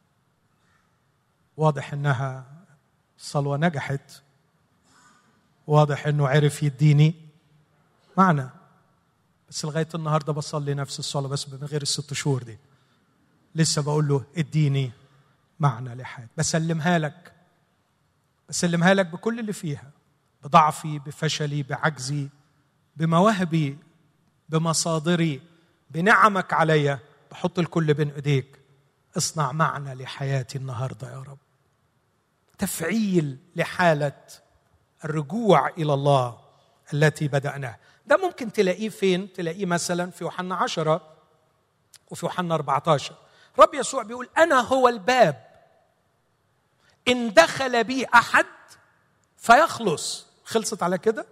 واضح إنها الصلوة نجحت، واضح إنه عرف يديني معنى، بس لغاية النهاردة بصلي نفس الصلاة بس من غير ال6 شهور دي. لسه بقول له اديني معنى لحياتي، بسلمها لك بكل اللي فيها، بضعفي، بفشلي، بعجزي، بمواهبي، بمصادري، بنعمك عليا، بحط الكل بين ايديك. اصنع معنى لحياتي النهارده يا رب. تفعيل لحالة الرجوع إلى الله التي بدأناها. ده ممكن تلاقيه فين؟ تلاقيه مثلا في يوحنا 10 وفي يوحنا 14. رب يسوع بيقول أنا هو الباب، إن دخل بي أحد فيخلص. خلصت على كده؟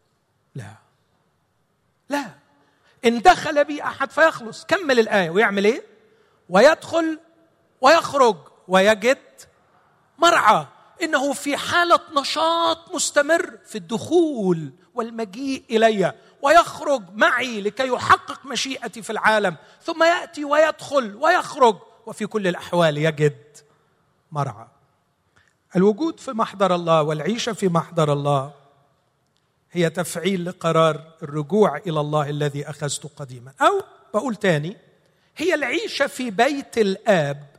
لا، إن دخل بي أحد فيخلص. كمل الآية ويعمل إيه؟ ويدخل ويخرج ويجد مرعى. إنه في حالة نشاط مستمر في الدخول والمجيء إلي، ويخرج معي لكي يحقق مشيئتي في العالم، ثم يأتي ويدخل ويخرج، وفي كل الأحوال يجد مرعى. الوجود في محضر الله والعيشة في محضر الله هي تفعيل لقرار الرجوع إلى الله الذي أخذته قديما. أو بقول تاني، هي العيشة في بيت الآب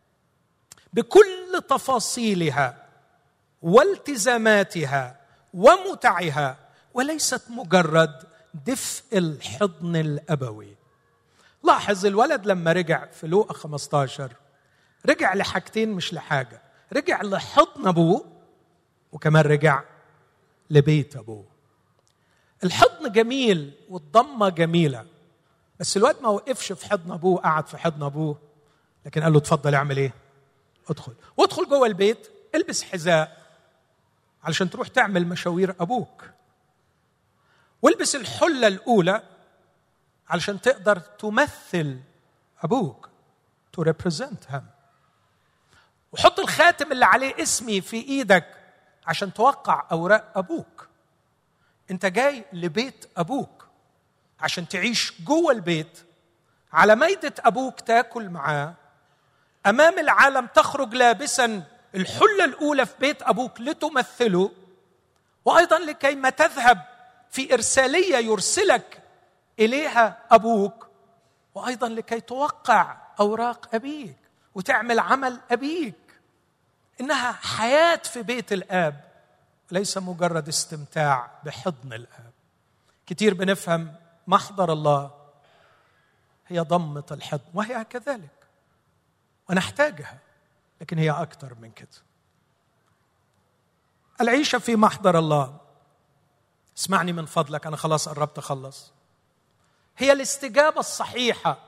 بكل تفاصيلها والتزاماتها ومتعها، وليست مجرد دفء الحضن الأبوي. لاحظ الولد لما رجع في لوقا 15 رجع لحاجتين مش لحاجة، رجع لحضن أبوه وكمان رجع لبيت أبوه. الحضن جميل والضمة جميلة، بس الواد ما وقفش في حضن أبوه، قعد في حضن أبوه، لكن قال له اتفضل اعمل إيه؟ ادخل جوه البيت، البس حذاء علشان تروح تعمل مشاوير أبوك، والبس الحلة الأولى علشان تقدر تمثل أبوك، to represent him، وحط الخاتم اللي عليه اسمي في إيدك عشان توقع أوراق أبوك. أنت جاي لبيت أبوك عشان تعيش جوه البيت، على مائدة أبوك تاكل معاه، أمام العالم تخرج لابسا الحلة الأولى في بيت أبوك لتمثله، وأيضا لكي ما تذهب في إرسالية يرسلك إليها أبوك، وأيضا لكي توقع أوراق أبيك وتعمل عمل أبيك. إنها حياة في بيت الآب، ليس مجرد استمتاع بحضن الآب. كتير بنفهم محضر الله هي ضمة الحضن، وهي كذلك ونحتاجها، لكن هي أكثر من كده. العيشة في محضر الله، اسمعني من فضلك، أنا خلاص قربت أخلص، هي الاستجابة الصحيحة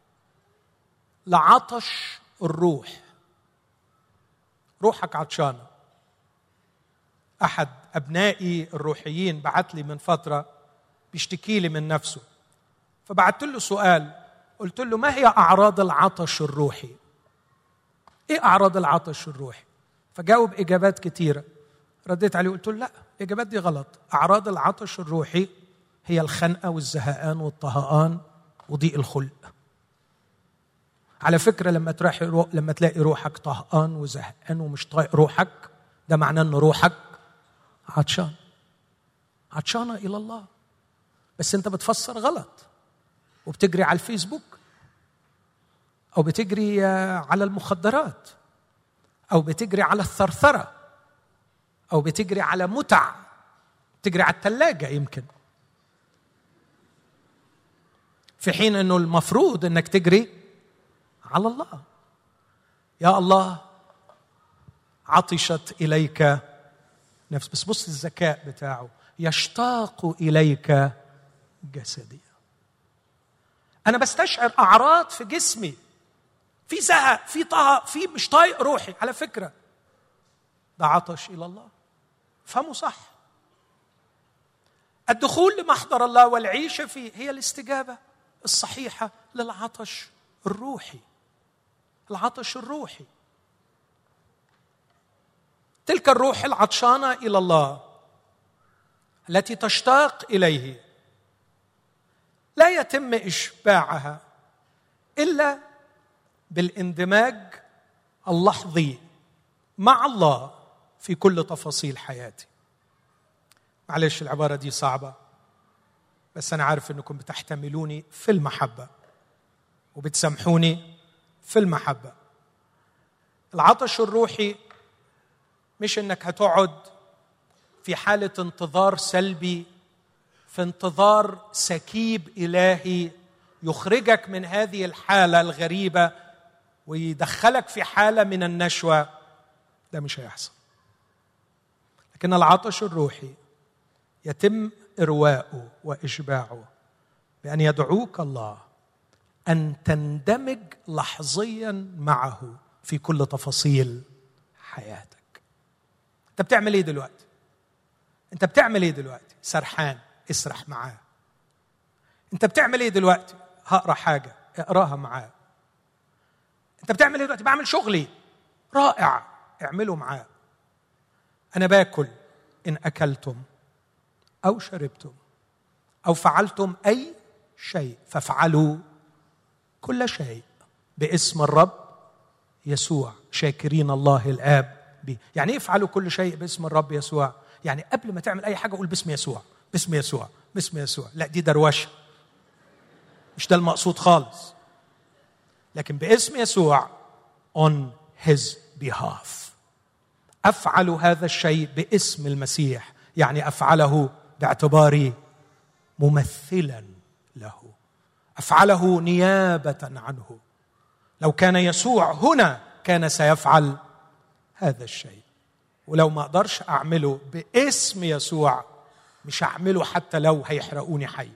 لعطش الروح. روحك عطشانة، أحد أبنائي الروحيين بعت لي من فترة بيشتكي لي من نفسه، فبعت له سؤال، قلت له: ما هي أعراض العطش الروحي؟ إيه أعراض العطش الروحي؟ فجاوب إجابات كتيرة. رديت عليه قلت له: لا، الإجابات دي غلط. أعراض العطش الروحي هي الخنقة والزهقان والطهقان وضيق الخلق. على فكرة لما تلاقي روحك طهقان وزهقان ومش طايق روحك، ده معناه أن روحك عطشانة إلى الله. بس أنت بتفسر غلط، وبتجري على الفيسبوك، أو بتجري على المخدرات، أو بتجري على الثرثرة، أو بتجري على متع، بتجري على الثلاجة يمكن، في حين أنه المفروض أنك تجري على الله. يا الله عطشت إليك نفس، بس بص الذكاء بتاعه، يشتاق إليك جسدي. أنا بستشعر أعراض في جسمي، في زهق، في طهق، في مش طايق روحي. على فكرة ده عطش إلى الله، فهموا صح. الدخول لمحضر الله والعيشة فيه هي الاستجابة الصحيحة للعطش الروحي. العطش الروحي، تلك الروح العطشانة إلى الله التي تشتاق إليه، لا يتم إشباعها إلا بالاندماج اللحظي مع الله في كل تفاصيل حياتي. معلش العبارة دي صعبة، بس أنا عارف أنكم بتحتملوني في المحبة وبتسامحوني في المحبة. العطش الروحي مش أنك هتقعد في حالة انتظار سلبي، في انتظار سكيب إلهي يخرجك من هذه الحالة الغريبة ويدخلك في حالة من النشوة. ده مش هيحصل. لكن العطش الروحي يتم إرواؤه وإشباعه بأن يدعوك الله أن تندمج لحظيا معه في كل تفاصيل حياتك. أنت بتعمل إيه دلوقتي؟ أنت بتعمل إيه دلوقتي؟ سرحان، اسرح معاه. أنت بتعمل إيه دلوقتي؟ هقرأ حاجة، اقراها معاه. أنت بتعمل إيه دلوقتي؟ بعمل شغلي، رائع، اعمله معاه. أنا باكل، إن أكلتم أو شربتم أو فعلتم أي شيء فافعلوا كل شيء باسم الرب يسوع شاكرين الله الآب به. يعني إيه افعلوا كل شيء باسم الرب يسوع؟ يعني قبل ما تعمل أي حاجة قول باسم يسوع، باسم يسوع، باسم يسوع. لا، دي دروشة، مش ده المقصود خالص. لكن باسم يسوع on his behalf. أفعل هذا الشيء باسم المسيح، يعني أفعله باعتباري ممثلا له، أفعله نيابة عنه. لو كان يسوع هنا كان سيفعل هذا الشيء، ولو ما أقدرش أعمله باسم يسوع مش هعمله حتى لو هيحرقوني حي.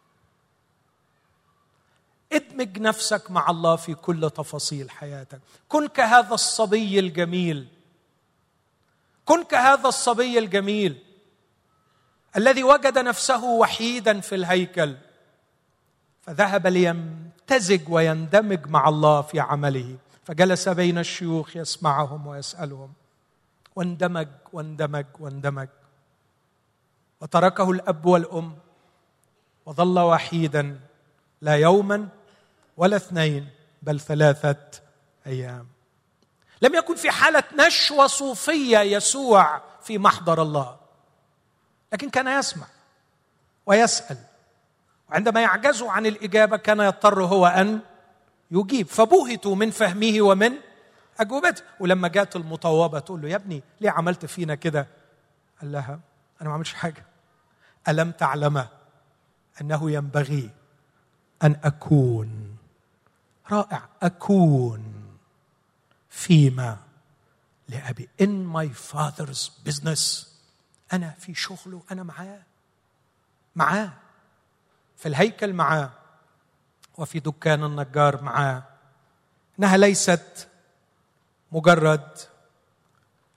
ادمج نفسك مع الله في كل تفاصيل حياتك. كن كهذا الصبي الجميل، كن كهذا الصبي الجميل الذي وجد نفسه وحيدا في الهيكل فذهب ليمتزج ويندمج مع الله في عمله، فجلس بين الشيوخ يسمعهم ويسألهم، واندمج واندمج واندمج، وتركه الأب والأم وظل وحيدا لا يوما ولا 2 بل 3 أيام. لم يكن في حالة نشوة صوفية يسوع في محضر الله، لكن كان يسمع ويسأل، وعندما يعجزوا عن الإجابة كان يضطر هو أن يجيب، فبهتوا من فهمه ومن أجوبته. ولما جاءت المطوبة تقول له: يا ابني ليه عملت فينا كده؟ قال لها: أنا ما عملتش حاجة. ألم تعلم أنه ينبغي أن أكون، رائع، أكون فيما لأبي in my father's business. أنا في شغله، أنا معاه في الهيكل، معاه وفي دكان النجار معاه. إنها ليست مجرد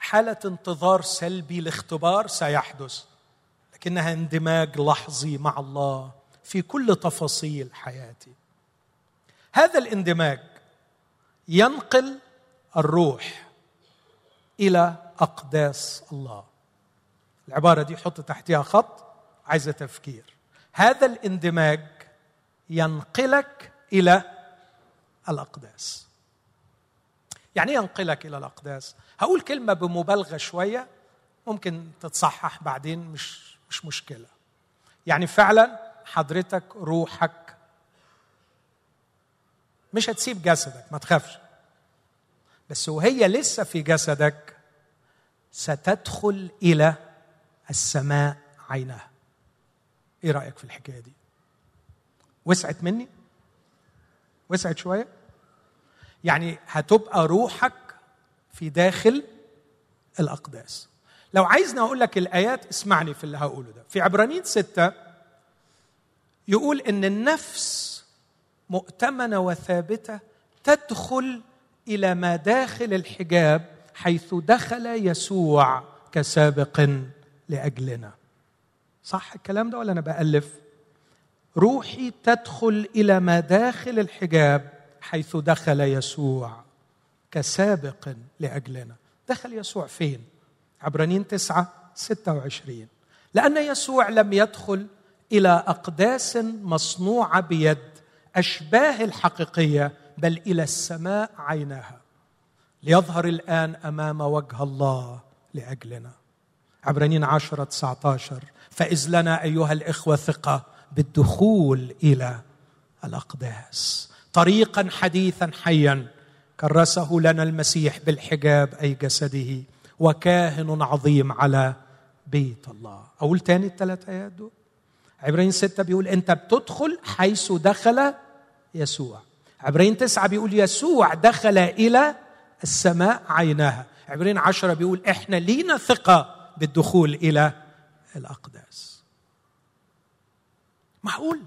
حالة انتظار سلبي لاختبار سيحدث، لكنها اندماج لحظي مع الله في كل تفاصيل حياتي. هذا الاندماج ينقل الروح إلى أقداس الله. العبارة دي حط تحتها خط، عايزة تفكير. هذا الاندماج ينقلك إلى الأقداس. يعني ينقلك إلى الأقداس؟ هقول كلمة بمبالغة شوية، ممكن تتصحح بعدين، مش مشكلة. يعني فعلا حضرتك روحك مش هتسيب جسدك، ما تخافش، بس وهي لسه في جسدك ستدخل إلى السماء عينها. إيه رأيك في الحكاية دي؟ وسعت مني؟ وسعت شوية؟ يعني هتبقى روحك في داخل الأقداس. لو عايزني أقول لك الآيات، اسمعني في اللي هقوله ده. في عبرانيين 6 يقول إن النفس مؤتمنة وثابتة تدخل إلى ما داخل الحجاب حيث دخل يسوع كسابق لأجلنا. صح الكلام ده ولا أنا بألف؟ روحي تدخل إلى ما داخل الحجاب حيث دخل يسوع كسابق لأجلنا. دخل يسوع فين؟ عبرانيين 9:26. لأن يسوع لم يدخل إلى أقداس مصنوعة بيد أشباه الحقيقية، بل إلى السماء عينها، ليظهر الآن أمام وجه الله لأجلنا. عبرانيين 10:19. فإذ لنا أيها الإخوة ثقة بالدخول إلى الأقداس، طريقا حديثا حيا كرسه لنا المسيح بالحجاب أي جسده، وكاهن عظيم على بيت الله. أقول تاني الثلاث آيات دول. عبرانيين 6 بيقول أنت بتدخل حيث دخل يسوع. عبرانيين 9 بيقول يسوع دخل إلى السماء عينها. عبرانيين 10 بيقول إحنا لينا ثقة بالدخول إلى الأقداس. معقول؟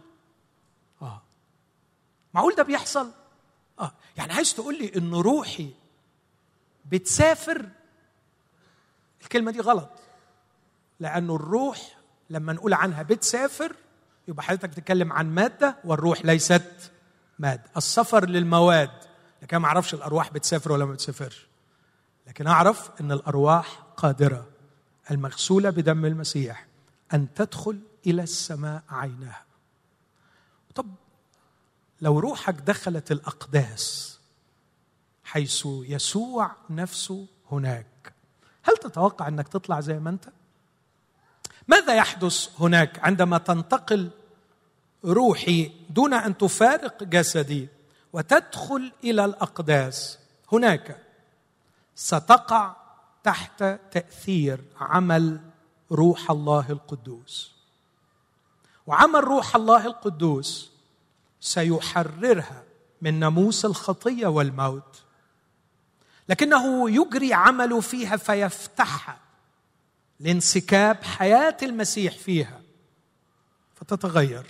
معقول ده بيحصل؟ يعني عايز تقول لي إن روحي بتسافر؟ الكلمة دي غلط، لأنه الروح لما نقول عنها بتسافر يبقى حضرتك تتكلم عن مادة، والروح ليست مادة. السفر للمواد، لكن ما أعرفش الأرواح بتسافر ولا ما بتسافرش، لكن أعرف أن الأرواح قادرة المغسولة بدم المسيح أن تدخل إلى السماء عينها. طب لو روحك دخلت الأقداس حيث يسوع نفسه هناك، هل تتوقع أنك تطلع زي ما أنت؟ ماذا يحدث هناك عندما تنتقل روحي دون أن تفارق جسدي وتدخل إلى الأقداس؟ هناك ستقع تحت تأثير عمل روح الله القدوس، وعمل روح الله القدوس سيحررها من ناموس الخطية والموت، لكنه يجري عمله فيها فيفتحها لانسكاب حياة المسيح فيها، فتتغير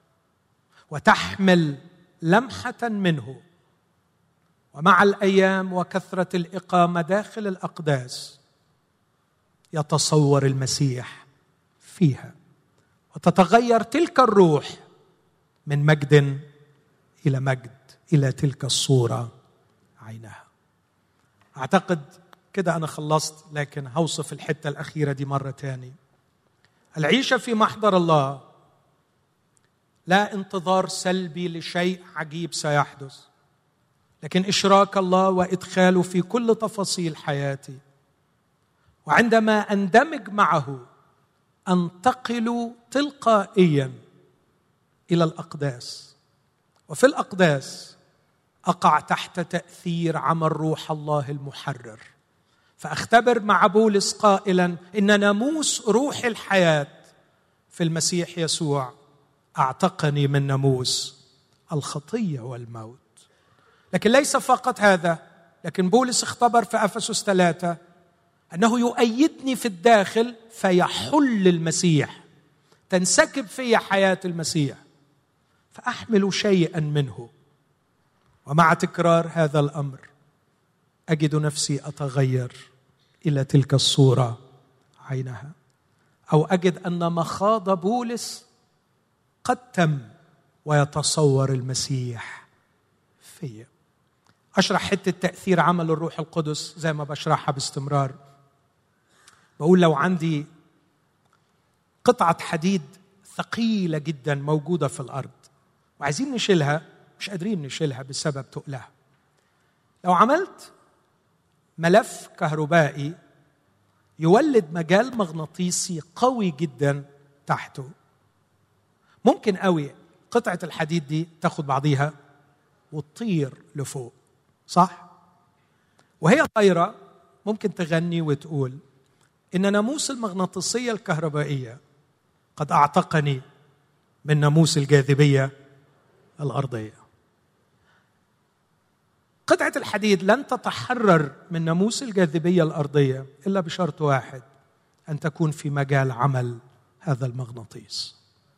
وتحمل لمحة منه. ومع الأيام وكثرة الإقامة داخل الأقداس يتصور المسيح فيها، وتتغير تلك الروح من مجد إلى مجد إلى تلك الصورة عينها. أعتقد كده أنا خلصت، لكن هوصف الحتة الأخيرة دي مرة تاني. العيشة في محضر الله لا انتظار سلبي لشيء عجيب سيحدث، لكن إشراك الله وإدخاله في كل تفاصيل حياتي. وعندما أندمج معه أنتقل تلقائيا إلى الأقداس، وفي الأقداس أقع تحت تأثير عمل روح الله المحرر، فأختبر مع بولس قائلا إن ناموس روح الحياة في المسيح يسوع أعتقني من ناموس الخطية والموت. لكن ليس فقط هذا، لكن بولس اختبر في أفسس 3 أنه يؤيدني في الداخل فيحل المسيح، تنسكب في حياة المسيح فأحمل شيئا منه. ومع تكرار هذا الأمر أجد نفسي أتغير إلى تلك الصورة عينها، أو أجد أن مخاض بولس قد تم ويتصور المسيح فيا. أشرح حتة تأثير عمل الروح القدس زي ما بشرحها باستمرار. بقول لو عندي قطعة حديد ثقيلة جدا موجودة في الأرض وعايزين نشيلها، مش قادرين نشيلها بسبب تقلها، لو عملت ملف كهربائي يولد مجال مغناطيسي قوي جدا تحته، ممكن قوي قطعة الحديد دي تاخد بعضيها وتطير لفوق، صح؟ وهي طايرة ممكن تغني وتقول إن ناموس المغناطيسية الكهربائية قد أعتقني من ناموس الجاذبية الأرضية. قطعة الحديد لن تتحرر من ناموس الجاذبية الأرضية إلا بشرط واحد، أن تكون في مجال عمل هذا المغناطيس.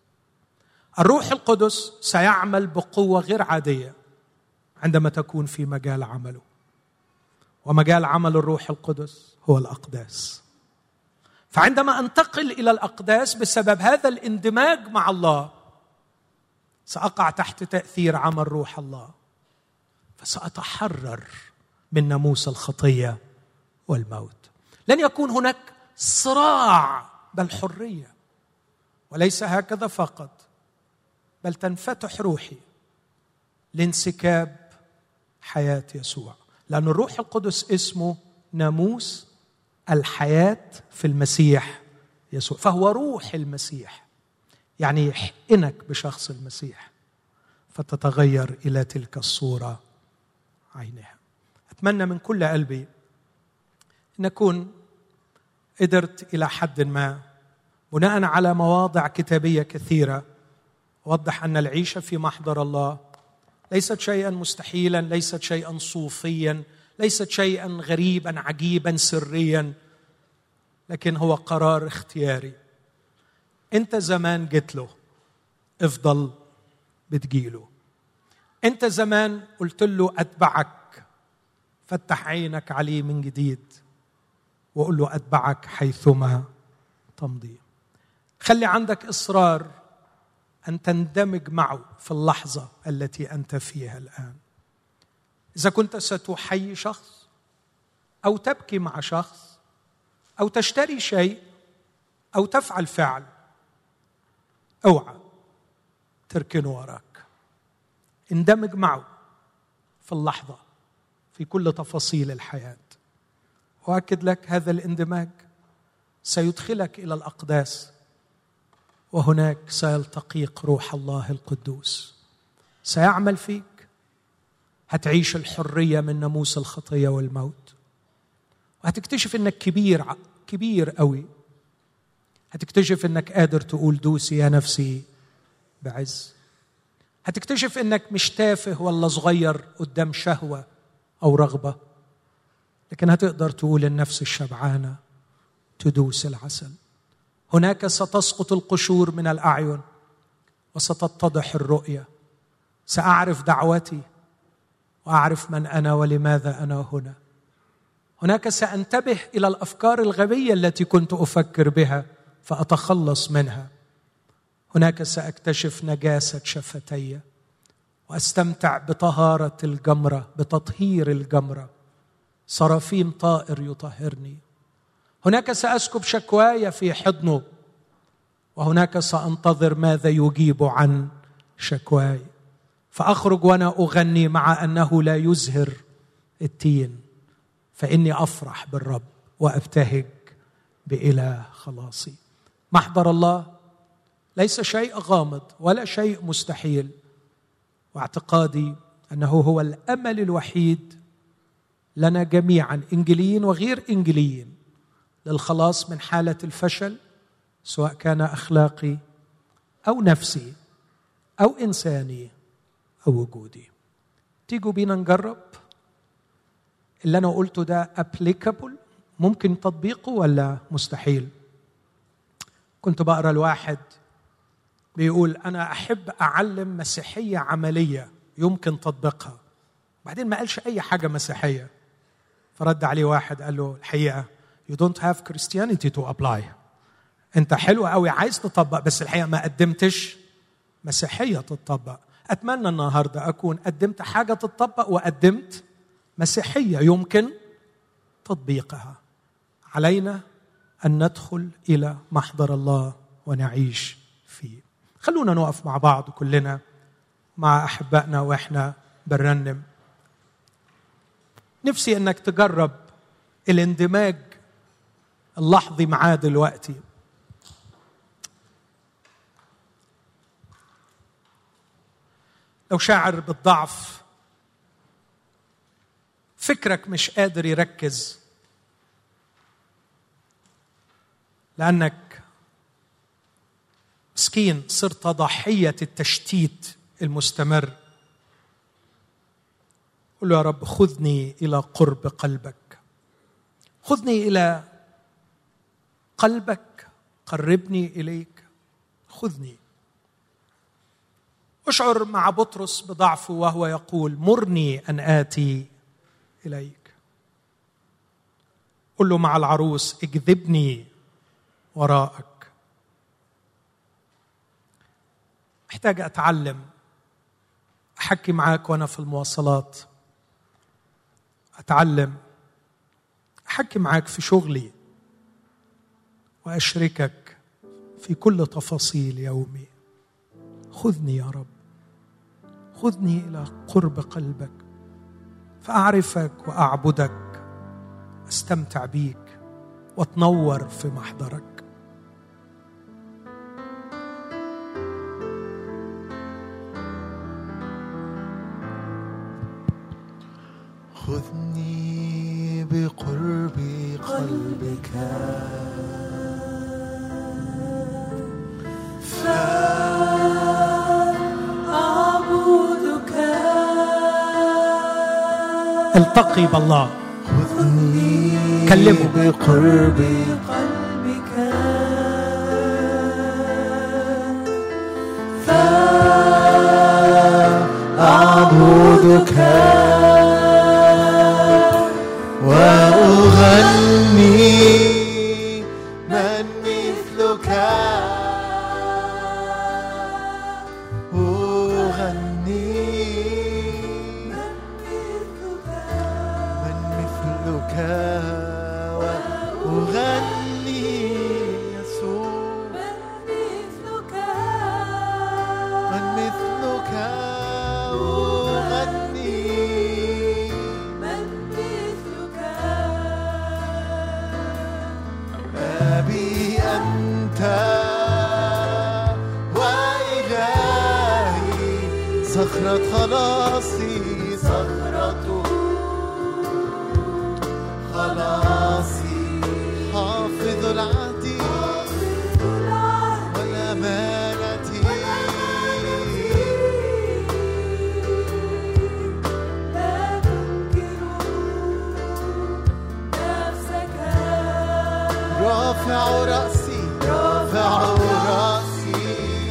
الروح القدس سيعمل بقوة غير عادية عندما تكون في مجال عمله، ومجال عمل الروح القدس هو الأقداس. فعندما أنتقل إلى الأقداس بسبب هذا الاندماج مع الله سأقع تحت تأثير عمل روح الله، فسأتحرر من ناموس الخطية والموت. لن يكون هناك صراع بل حرية، وليس هكذا فقط، بل تنفتح روحي لانسكاب حياة يسوع، لأن الروح القدس اسمه ناموس الحياة في المسيح يسوع، فهو روح المسيح، يعني يحقنك بشخص المسيح فتتغير إلى تلك الصورة عينها. أتمنى من كل قلبي أن أكون قدرت إلى حد ما بناء على مواضع كتابية كثيرة أوضح أن العيشة في محضر الله ليست شيئا مستحيلا، ليست شيئا صوفيا، ليست شيئا غريبا عجيبا سريا، لكن هو قرار اختياري. أنت زمان جيت له، افضل بتجيله. أنت زمان قلت له أتبعك، فتح عينك عليه من جديد وقل له أتبعك حيثما تمضي. خلي عندك إصرار أن تندمج معه في اللحظة التي أنت فيها الآن. إذا كنت ستحيي شخص أو تبكي مع شخص أو تشتري شيء أو تفعل فعل، اوعى تركنه وراك، اندمج معه في اللحظة في كل تفاصيل الحياة. وأكد لك هذا الاندماج سيدخلك إلى الأقداس، وهناك سيلتقيك روح الله القدوس، سيعمل فيك، هتعيش الحرية من ناموس الخطية والموت، وهتكتشف إنك كبير قوي. هتكتشف إنك قادر تقول دوسي يا نفسي بعز. هتكتشف إنك مش تافه ولا صغير قدام شهوة أو رغبة، لكن هتقدر تقول النفس الشبعانة تدوس العسل. هناك ستسقط القشور من الأعين وستتضح الرؤية. سأعرف دعوتي وأعرف من أنا ولماذا أنا هنا. هناك سأنتبه إلى الأفكار الغبية التي كنت أفكر بها فأتخلص منها. هناك سأكتشف نجاسة شفتي وأستمتع بطهارة الجمرة، بتطهير الجمرة. صرافيم طائر يطهرني. هناك سأسكب شكواي في حضنه، وهناك سأنتظر ماذا يجيب عن شكواي، فأخرج وأنا أغني مع أنه لا يزهر التين، فإني أفرح بالرب وأبتهج بإله خلاصي. محضر الله ليس شيء غامض ولا شيء مستحيل، واعتقادي أنه هو الأمل الوحيد لنا جميعا، إنجيليين وغير إنجيليين، للخلاص من حالة الفشل، سواء كان أخلاقي أو نفسي أو إنساني أو وجودي. تيجوا بينا نجرب اللي أنا قلته ده applicable، ممكن تطبيقه ولا مستحيل؟ كنت بقرأ الواحد بيقول أنا أحب أعلم مسيحية عملية يمكن تطبيقها، بعدين ما قالش أي حاجة مسيحية، فرد عليه واحد قال له الحقيقة You don't have Christianity to apply. أنت حلو قوي عايز تطبق، بس الحقيقة ما قدمتش مسيحية تطبق. أتمنى النهاردة أكون قدمت حاجة تطبق وقدمت مسيحية يمكن تطبيقها. علينا أن ندخل إلى محضر الله ونعيش فيه. خلونا نقف مع بعض كلنا مع أحبائنا وإحنا بنرنم. نفسي أنك تجرب الاندماج اللحظي معاه دلوقتي. لو شاعر بالضعف، فكرك مش قادر يركز لأنك مسكين صرت ضحية التشتيت المستمر، قل له يا رب خذني إلى قرب قلبك، خذني إلى قلبك، قربني إليك، خذني. أشعر مع بطرس بضعفه وهو يقول مرني أن آتي إليك. قل له مع العروس اجذبني وراءك. محتاج أتعلم أحكي معاك وأنا في المواصلات، أتعلم أحكي معاك في شغلي وأشركك في كل تفاصيل يومي. خذني يا رب، خذني إلى قرب قلبك فأعرفك وأعبدك، أستمتع بيك وتنور في محضرك. خذني بقرب قلبك فأعبدك. التقي بالله، خذني كلمه بقرب قلبك فأعبدك وأغني من مثلك، أغني من مثلك وأغني يسوع من مثلك أغني أبي أنت وإلهي، صخرة خلاصي، صخرة خلاصي، حافظ العهد والأمانة، لا تنكر نفسك، رافع رأسي، رافع رأسي،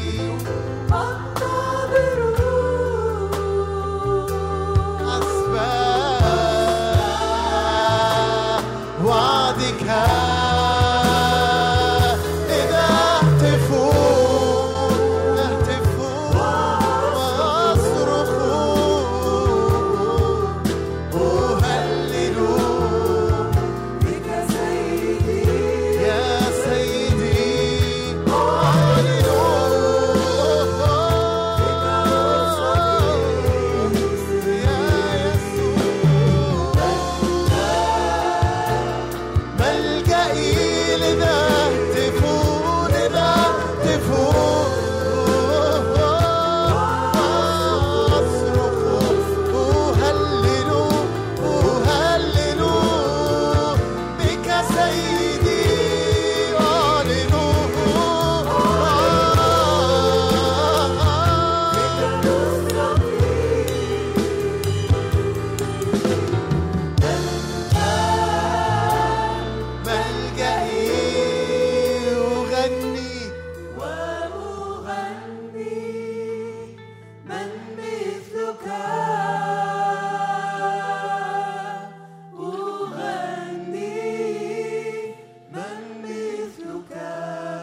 أنتظر حسب وعدك. إذا أهتف وأصرخ أهلل بك سيدي، يا سيدي،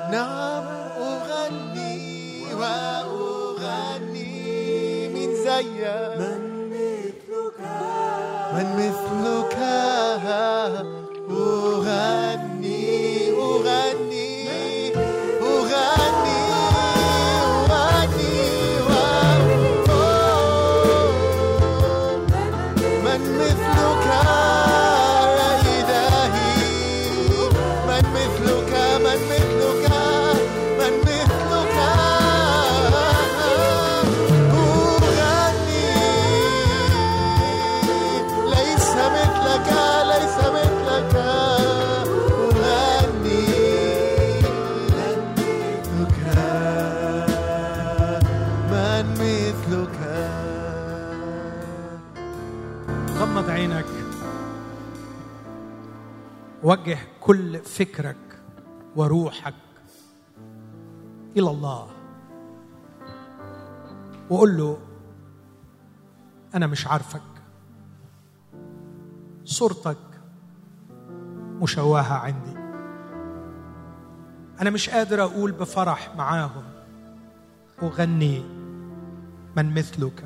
نعم أغني وأغني من زيك من مثلك أغني أغني أغني أغني من مثلك يا إلهي من مثلك من مثلك من مثلك أغني ليس مثلك ليس مثلك أغني من مثلك غمض عينك، وجه كل فكرك وروحك إلى الله وقول له أنا مش عارفك، صورتك مشوهة عندي، أنا مش قادر أقول بفرح معاهم أغني من مثلك.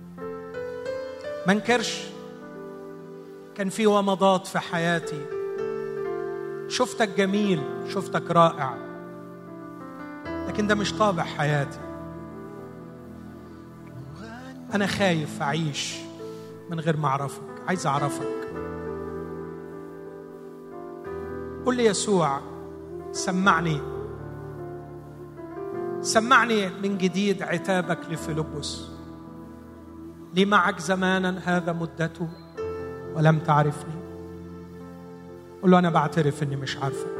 ما انكرش كان في ومضات في حياتي، شفتك جميل، شفتك رائع، لكن ده مش طابع حياتي. أنا خايف أعيش من غير ما أعرفك، عايز أعرفك. قل لي يسوع سمعني من جديد عتابك لفيلبس، لي معك زمانا هذا مدته ولم تعرفني. قل له أنا بعترف إني مش عارفك.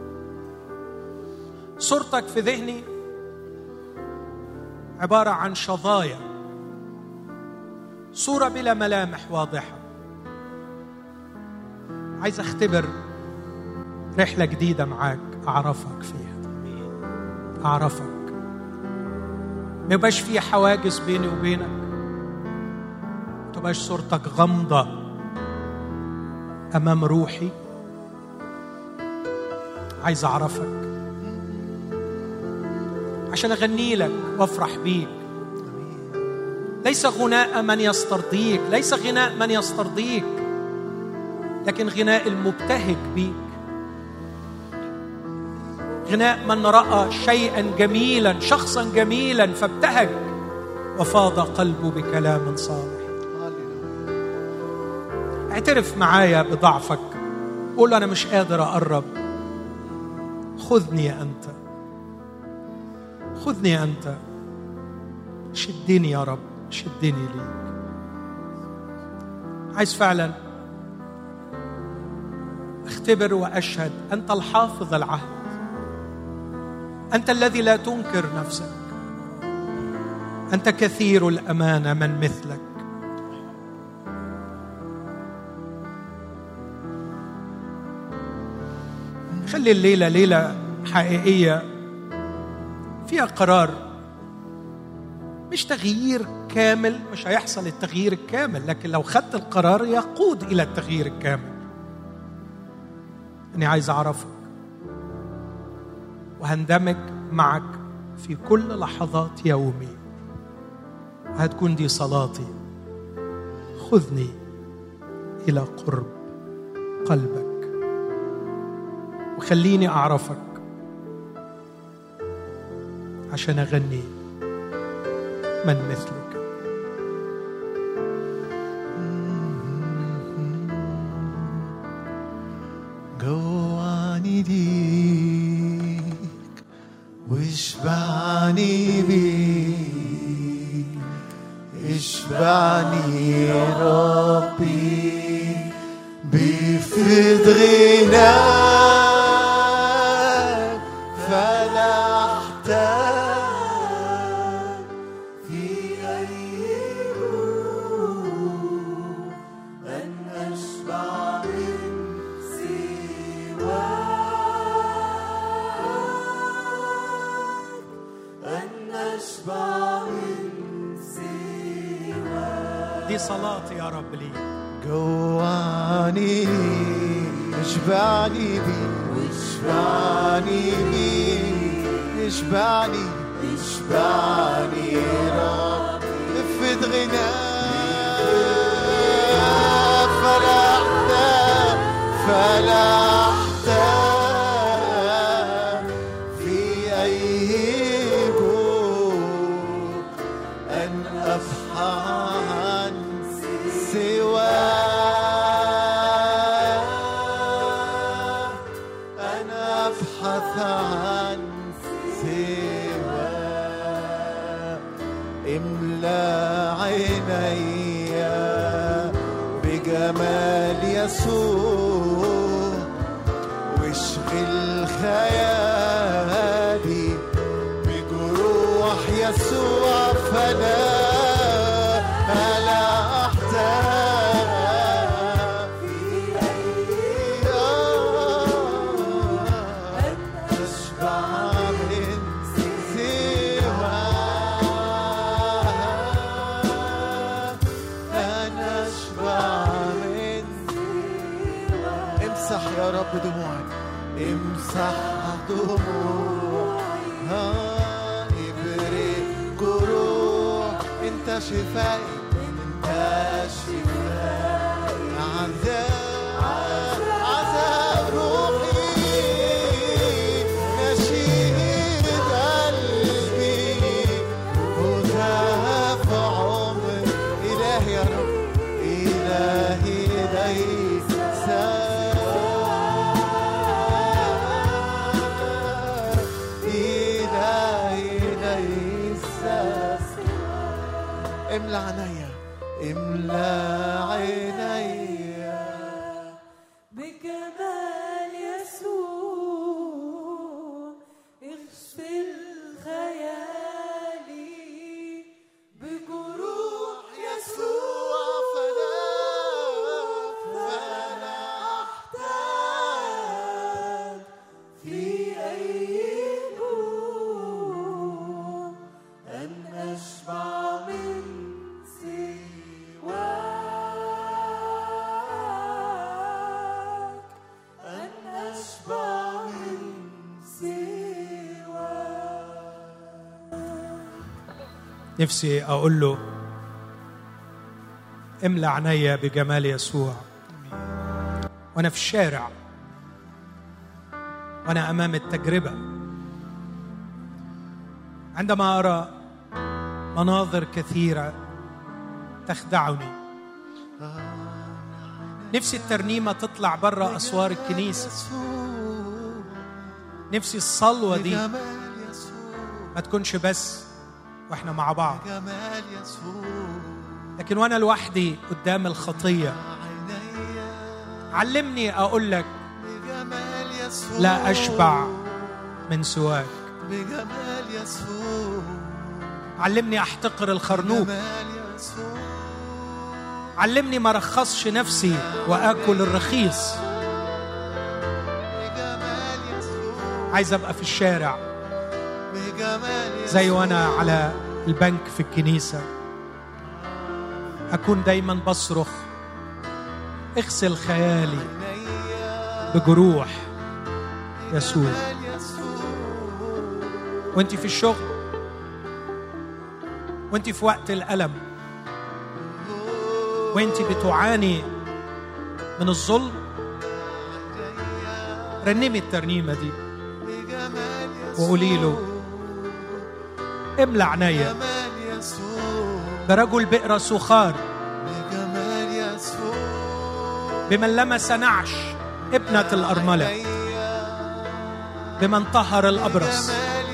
صورتك في ذهني عبارة عن شظايا، صورة بلا ملامح واضحة. عايز أختبر رحلة جديدة معاك، أعرفك فيها، أعرفك، ما يبقاش في حواجز بيني وبينك، ما تبقاش صورتك غامضة أمام روحي. عايز أعرفك عشان أغني لك وأفرح بيك. ليس غناء من يسترضيك، ليس غناء من يسترضيك، لكن غناء المبتهج بيك، غناء من رأى شيئا جميلا، شخصا جميلا فابتهج وفاض قلبه بكلام صالح. اعترف معايا بضعفك، قول أنا مش قادر أقرب. خذني أنت، خذني أنت، شدني يا رب، شدني ليك. عايز فعلا اختبر وأشهد أنت الحافظ العهد، أنت الذي لا تنكر نفسك، أنت كثير الأمانة من مثلك. خلي الليلة ليلة حقيقية فيها قرار، مش تغيير كامل، مش هيحصل التغيير الكامل، لكن لو خدت القرار يقود إلى التغيير الكامل. أنا عايز أعرفك وهندمج معك في كل لحظات يومي، وهتكون دي صلاتي. خذني إلى قرب قلبك وخليني أعرفك عشان أغني من مثلك. جوعني ليك واشبعني بيك، اشبعني يا ربي بفيض غناك، فلا احتاج في أي يوم أن أشبع من سواك، أن أشبع من سواك. دي صلاتي يا رب لي. جوعني اشبعني بيك واشبعني بيك، يشبعني رب افد غناه فلا احتاج في أي جوع أن أبحث عن سواه، أنا أبحث عن سواه. املأ عيني بجمال يسوع واشغل خيالي بجروح يسوع، فلا أحتاج في أي أن أشبع من سواه، أن أشبع من سواه. امسح يا رب دموعي، امسح دموعي، ابرئ جروح. انت شفائي، انت شفائي، عذاب روحي، نشيد قلبي، هتاف عمري. إلهي يا رب، إلهي ليس املأ عيني، املأ عيني بجمال يسوع، اغسل خيالي بجروح يسوع، فلا أحتاج في أي جوع أن أشبع من سواك، أن أشبع من سواك. نفسي أقول له املأ عيني بجمال يسوع وأنا في الشارع، وأنا أمام التجربة، عندما أرى مناظر كثيرة تخدعني. نفسي الترنيمة تطلع برا أسوار الكنيسة، نفسي الصلوة دي ما تكونش بس وإحنا مع بعض، لكن وأنا لوحدي قدام الخطية. علمني أقول لك لا أشبع من سواك. علمني أحتقر الخرنوب، علمني ما رخصش نفسي وآكل الرخيص. عايز أبقى في الشارع زي وأنا على البنك في الكنيسة، أكون دايما بصرخ اغسل خيالي بجروح يسوع. وانت في الشغل، وانت في وقت الألم، وانت بتعاني من الظلم، رنمي الترنيمة دي وقولي له املأ عيني برجل بئر سخار، بمن لمس نعش ابنة الأرملة، بمن طهر الأبرص.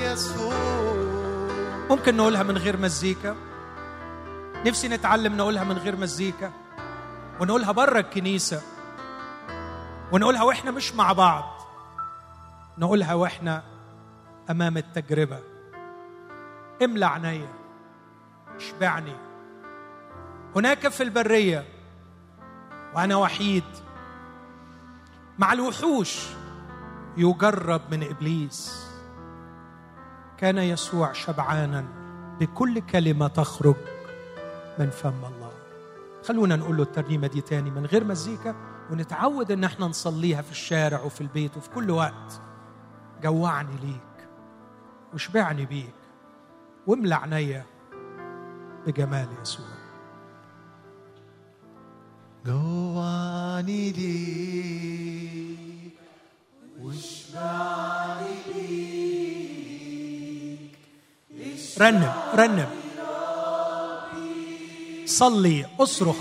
ممكن نقولها من غير مزيكا، نفسي نتعلم نقولها من غير مزيكا، ونقولها برا الكنيسة، ونقولها وإحنا مش مع بعض، نقولها وإحنا أمام التجربة. املأ عيني، اشبعني. هناك في البرية وأنا وحيد مع الوحوش يجرب من إبليس، كان يسوع شبعانا بكل كلمة تخرج من فم الله. خلونا نقول له الترنيمة دي تاني من غير مزيكا، ونتعود ان احنا نصليها في الشارع وفي البيت وفي كل وقت. جوعني ليك، واشبعني بيك واملى عينيا بجمال يسوع. جوعني ليك واشبعني بيك. رنم صلي اصرخ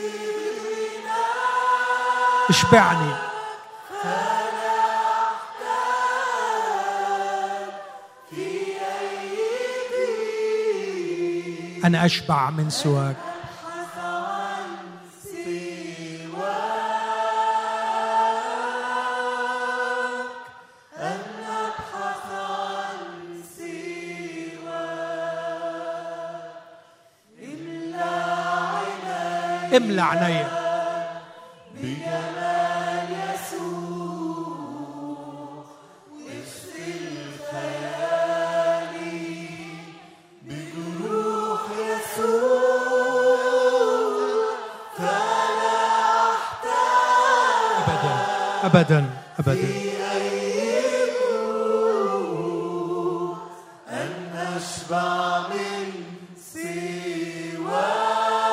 اشبعني. أنا أشبع من سواك. املى عينيا بجمال يسوع واغسل خيالي بجروح يسوع فلا احتاج أبدا أن أشبع من سواك.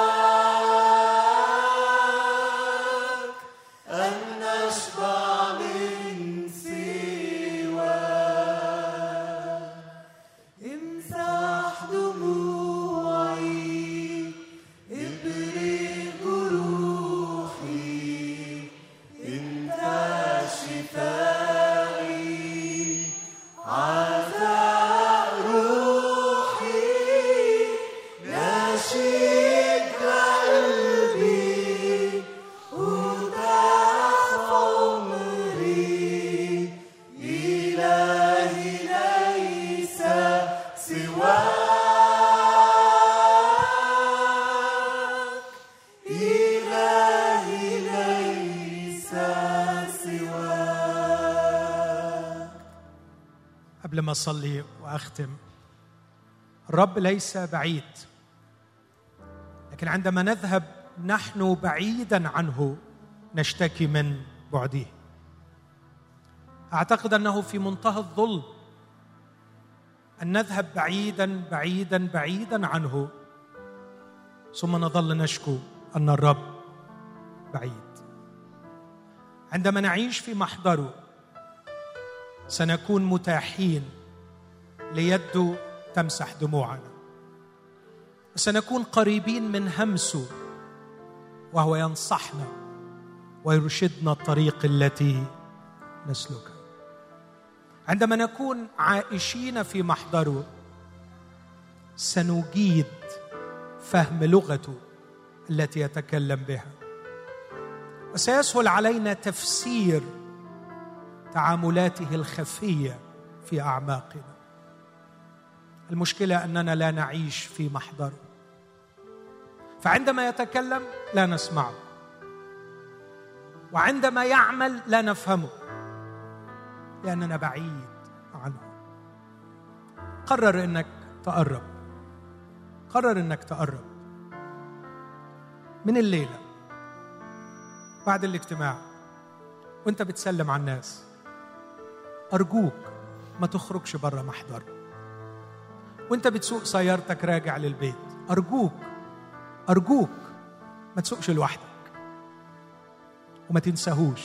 قبل ما أصلي وأختم، الرب ليس بعيد، لكن عندما نذهب نحن بعيدا عنه نشتكي من بعده. أعتقد أنه في منتهى الظلم أن نذهب بعيدا بعيدا بعيدا عنه ثم نظل نشكو أن الرب بعيد. عندما نعيش في محضره سنكون متاحين ليده تمسح دموعنا، وسنكون قريبين من همسه وهو ينصحنا ويرشدنا الطريق التي نسلكها. عندما نكون عائشين في محضره سنجيد فهم لغته التي يتكلم بها، وسيسهل علينا تفسير تعاملاته الخفية في أعماقنا. المشكلة أننا لا نعيش في محضره، فعندما يتكلم لا نسمعه، وعندما يعمل لا نفهمه لأننا بعيد عنه. قرر أنك تقرب، قرر أنك تقرب من الليلة بعد الاجتماع وانت بتسلم على الناس. أرجوك ما تخرجش برا محضره. وانت بتسوق سيارتك راجع للبيت، أرجوك ما تسوقش لوحدك، وما تنساهوش.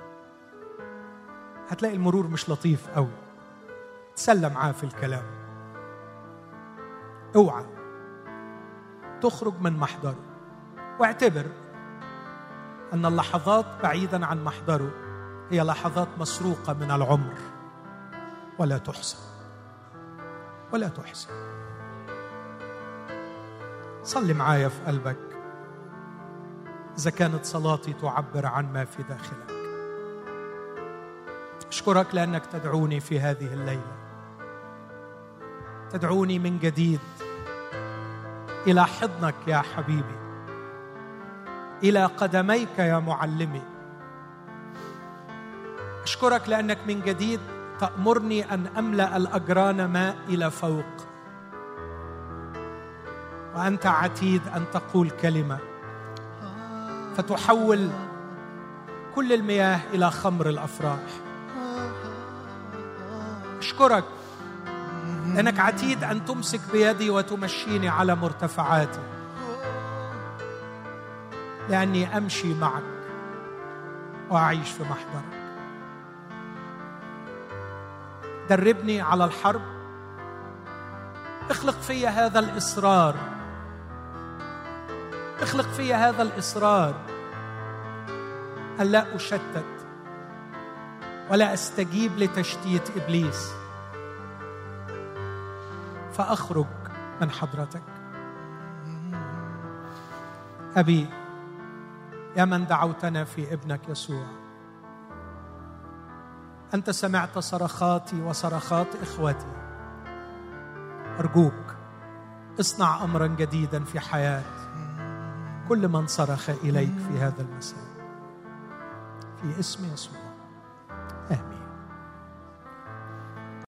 هتلاقي المرور مش لطيف قوي، تسلم معاه في الكلام. اوعى تخرج من محضره، واعتبر أن اللحظات بعيدا عن محضره هي لحظات مسروقة من العمر ولا تحسن. صلي معايا في قلبك إذا كانت صلاتي تعبر عن ما في داخلك. أشكرك لأنك تدعوني في هذه الليلة، تدعوني من جديد إلى حضنك يا حبيبي، إلى قدميك يا معلمي. أشكرك لأنك من جديد تأمرني أن أملأ الأجران ماء إلى فوق، وأنت عتيد أن تقول كلمة فتحول كل المياه إلى خمر الأفراح. أشكرك لأنك عتيد أن تمسك بيدي وتمشيني على مرتفعاتي، لأني أمشي معك وأعيش في محضرك. دربني على الحرب، اخلق في هذا الإصرار، اخلق في هذا الإصرار أن لا أشتت ولا أستجيب لتشتيت إبليس، فأخرج من حضرتك. أبي، يا من دعوتنا في ابنك يسوع، أنت سمعت صرخاتي وصرخات إخوتي، أرجوك اصنع أمرا جديدا في حياة كل من صرخ إليك في هذا المساء، في اسم يسوع.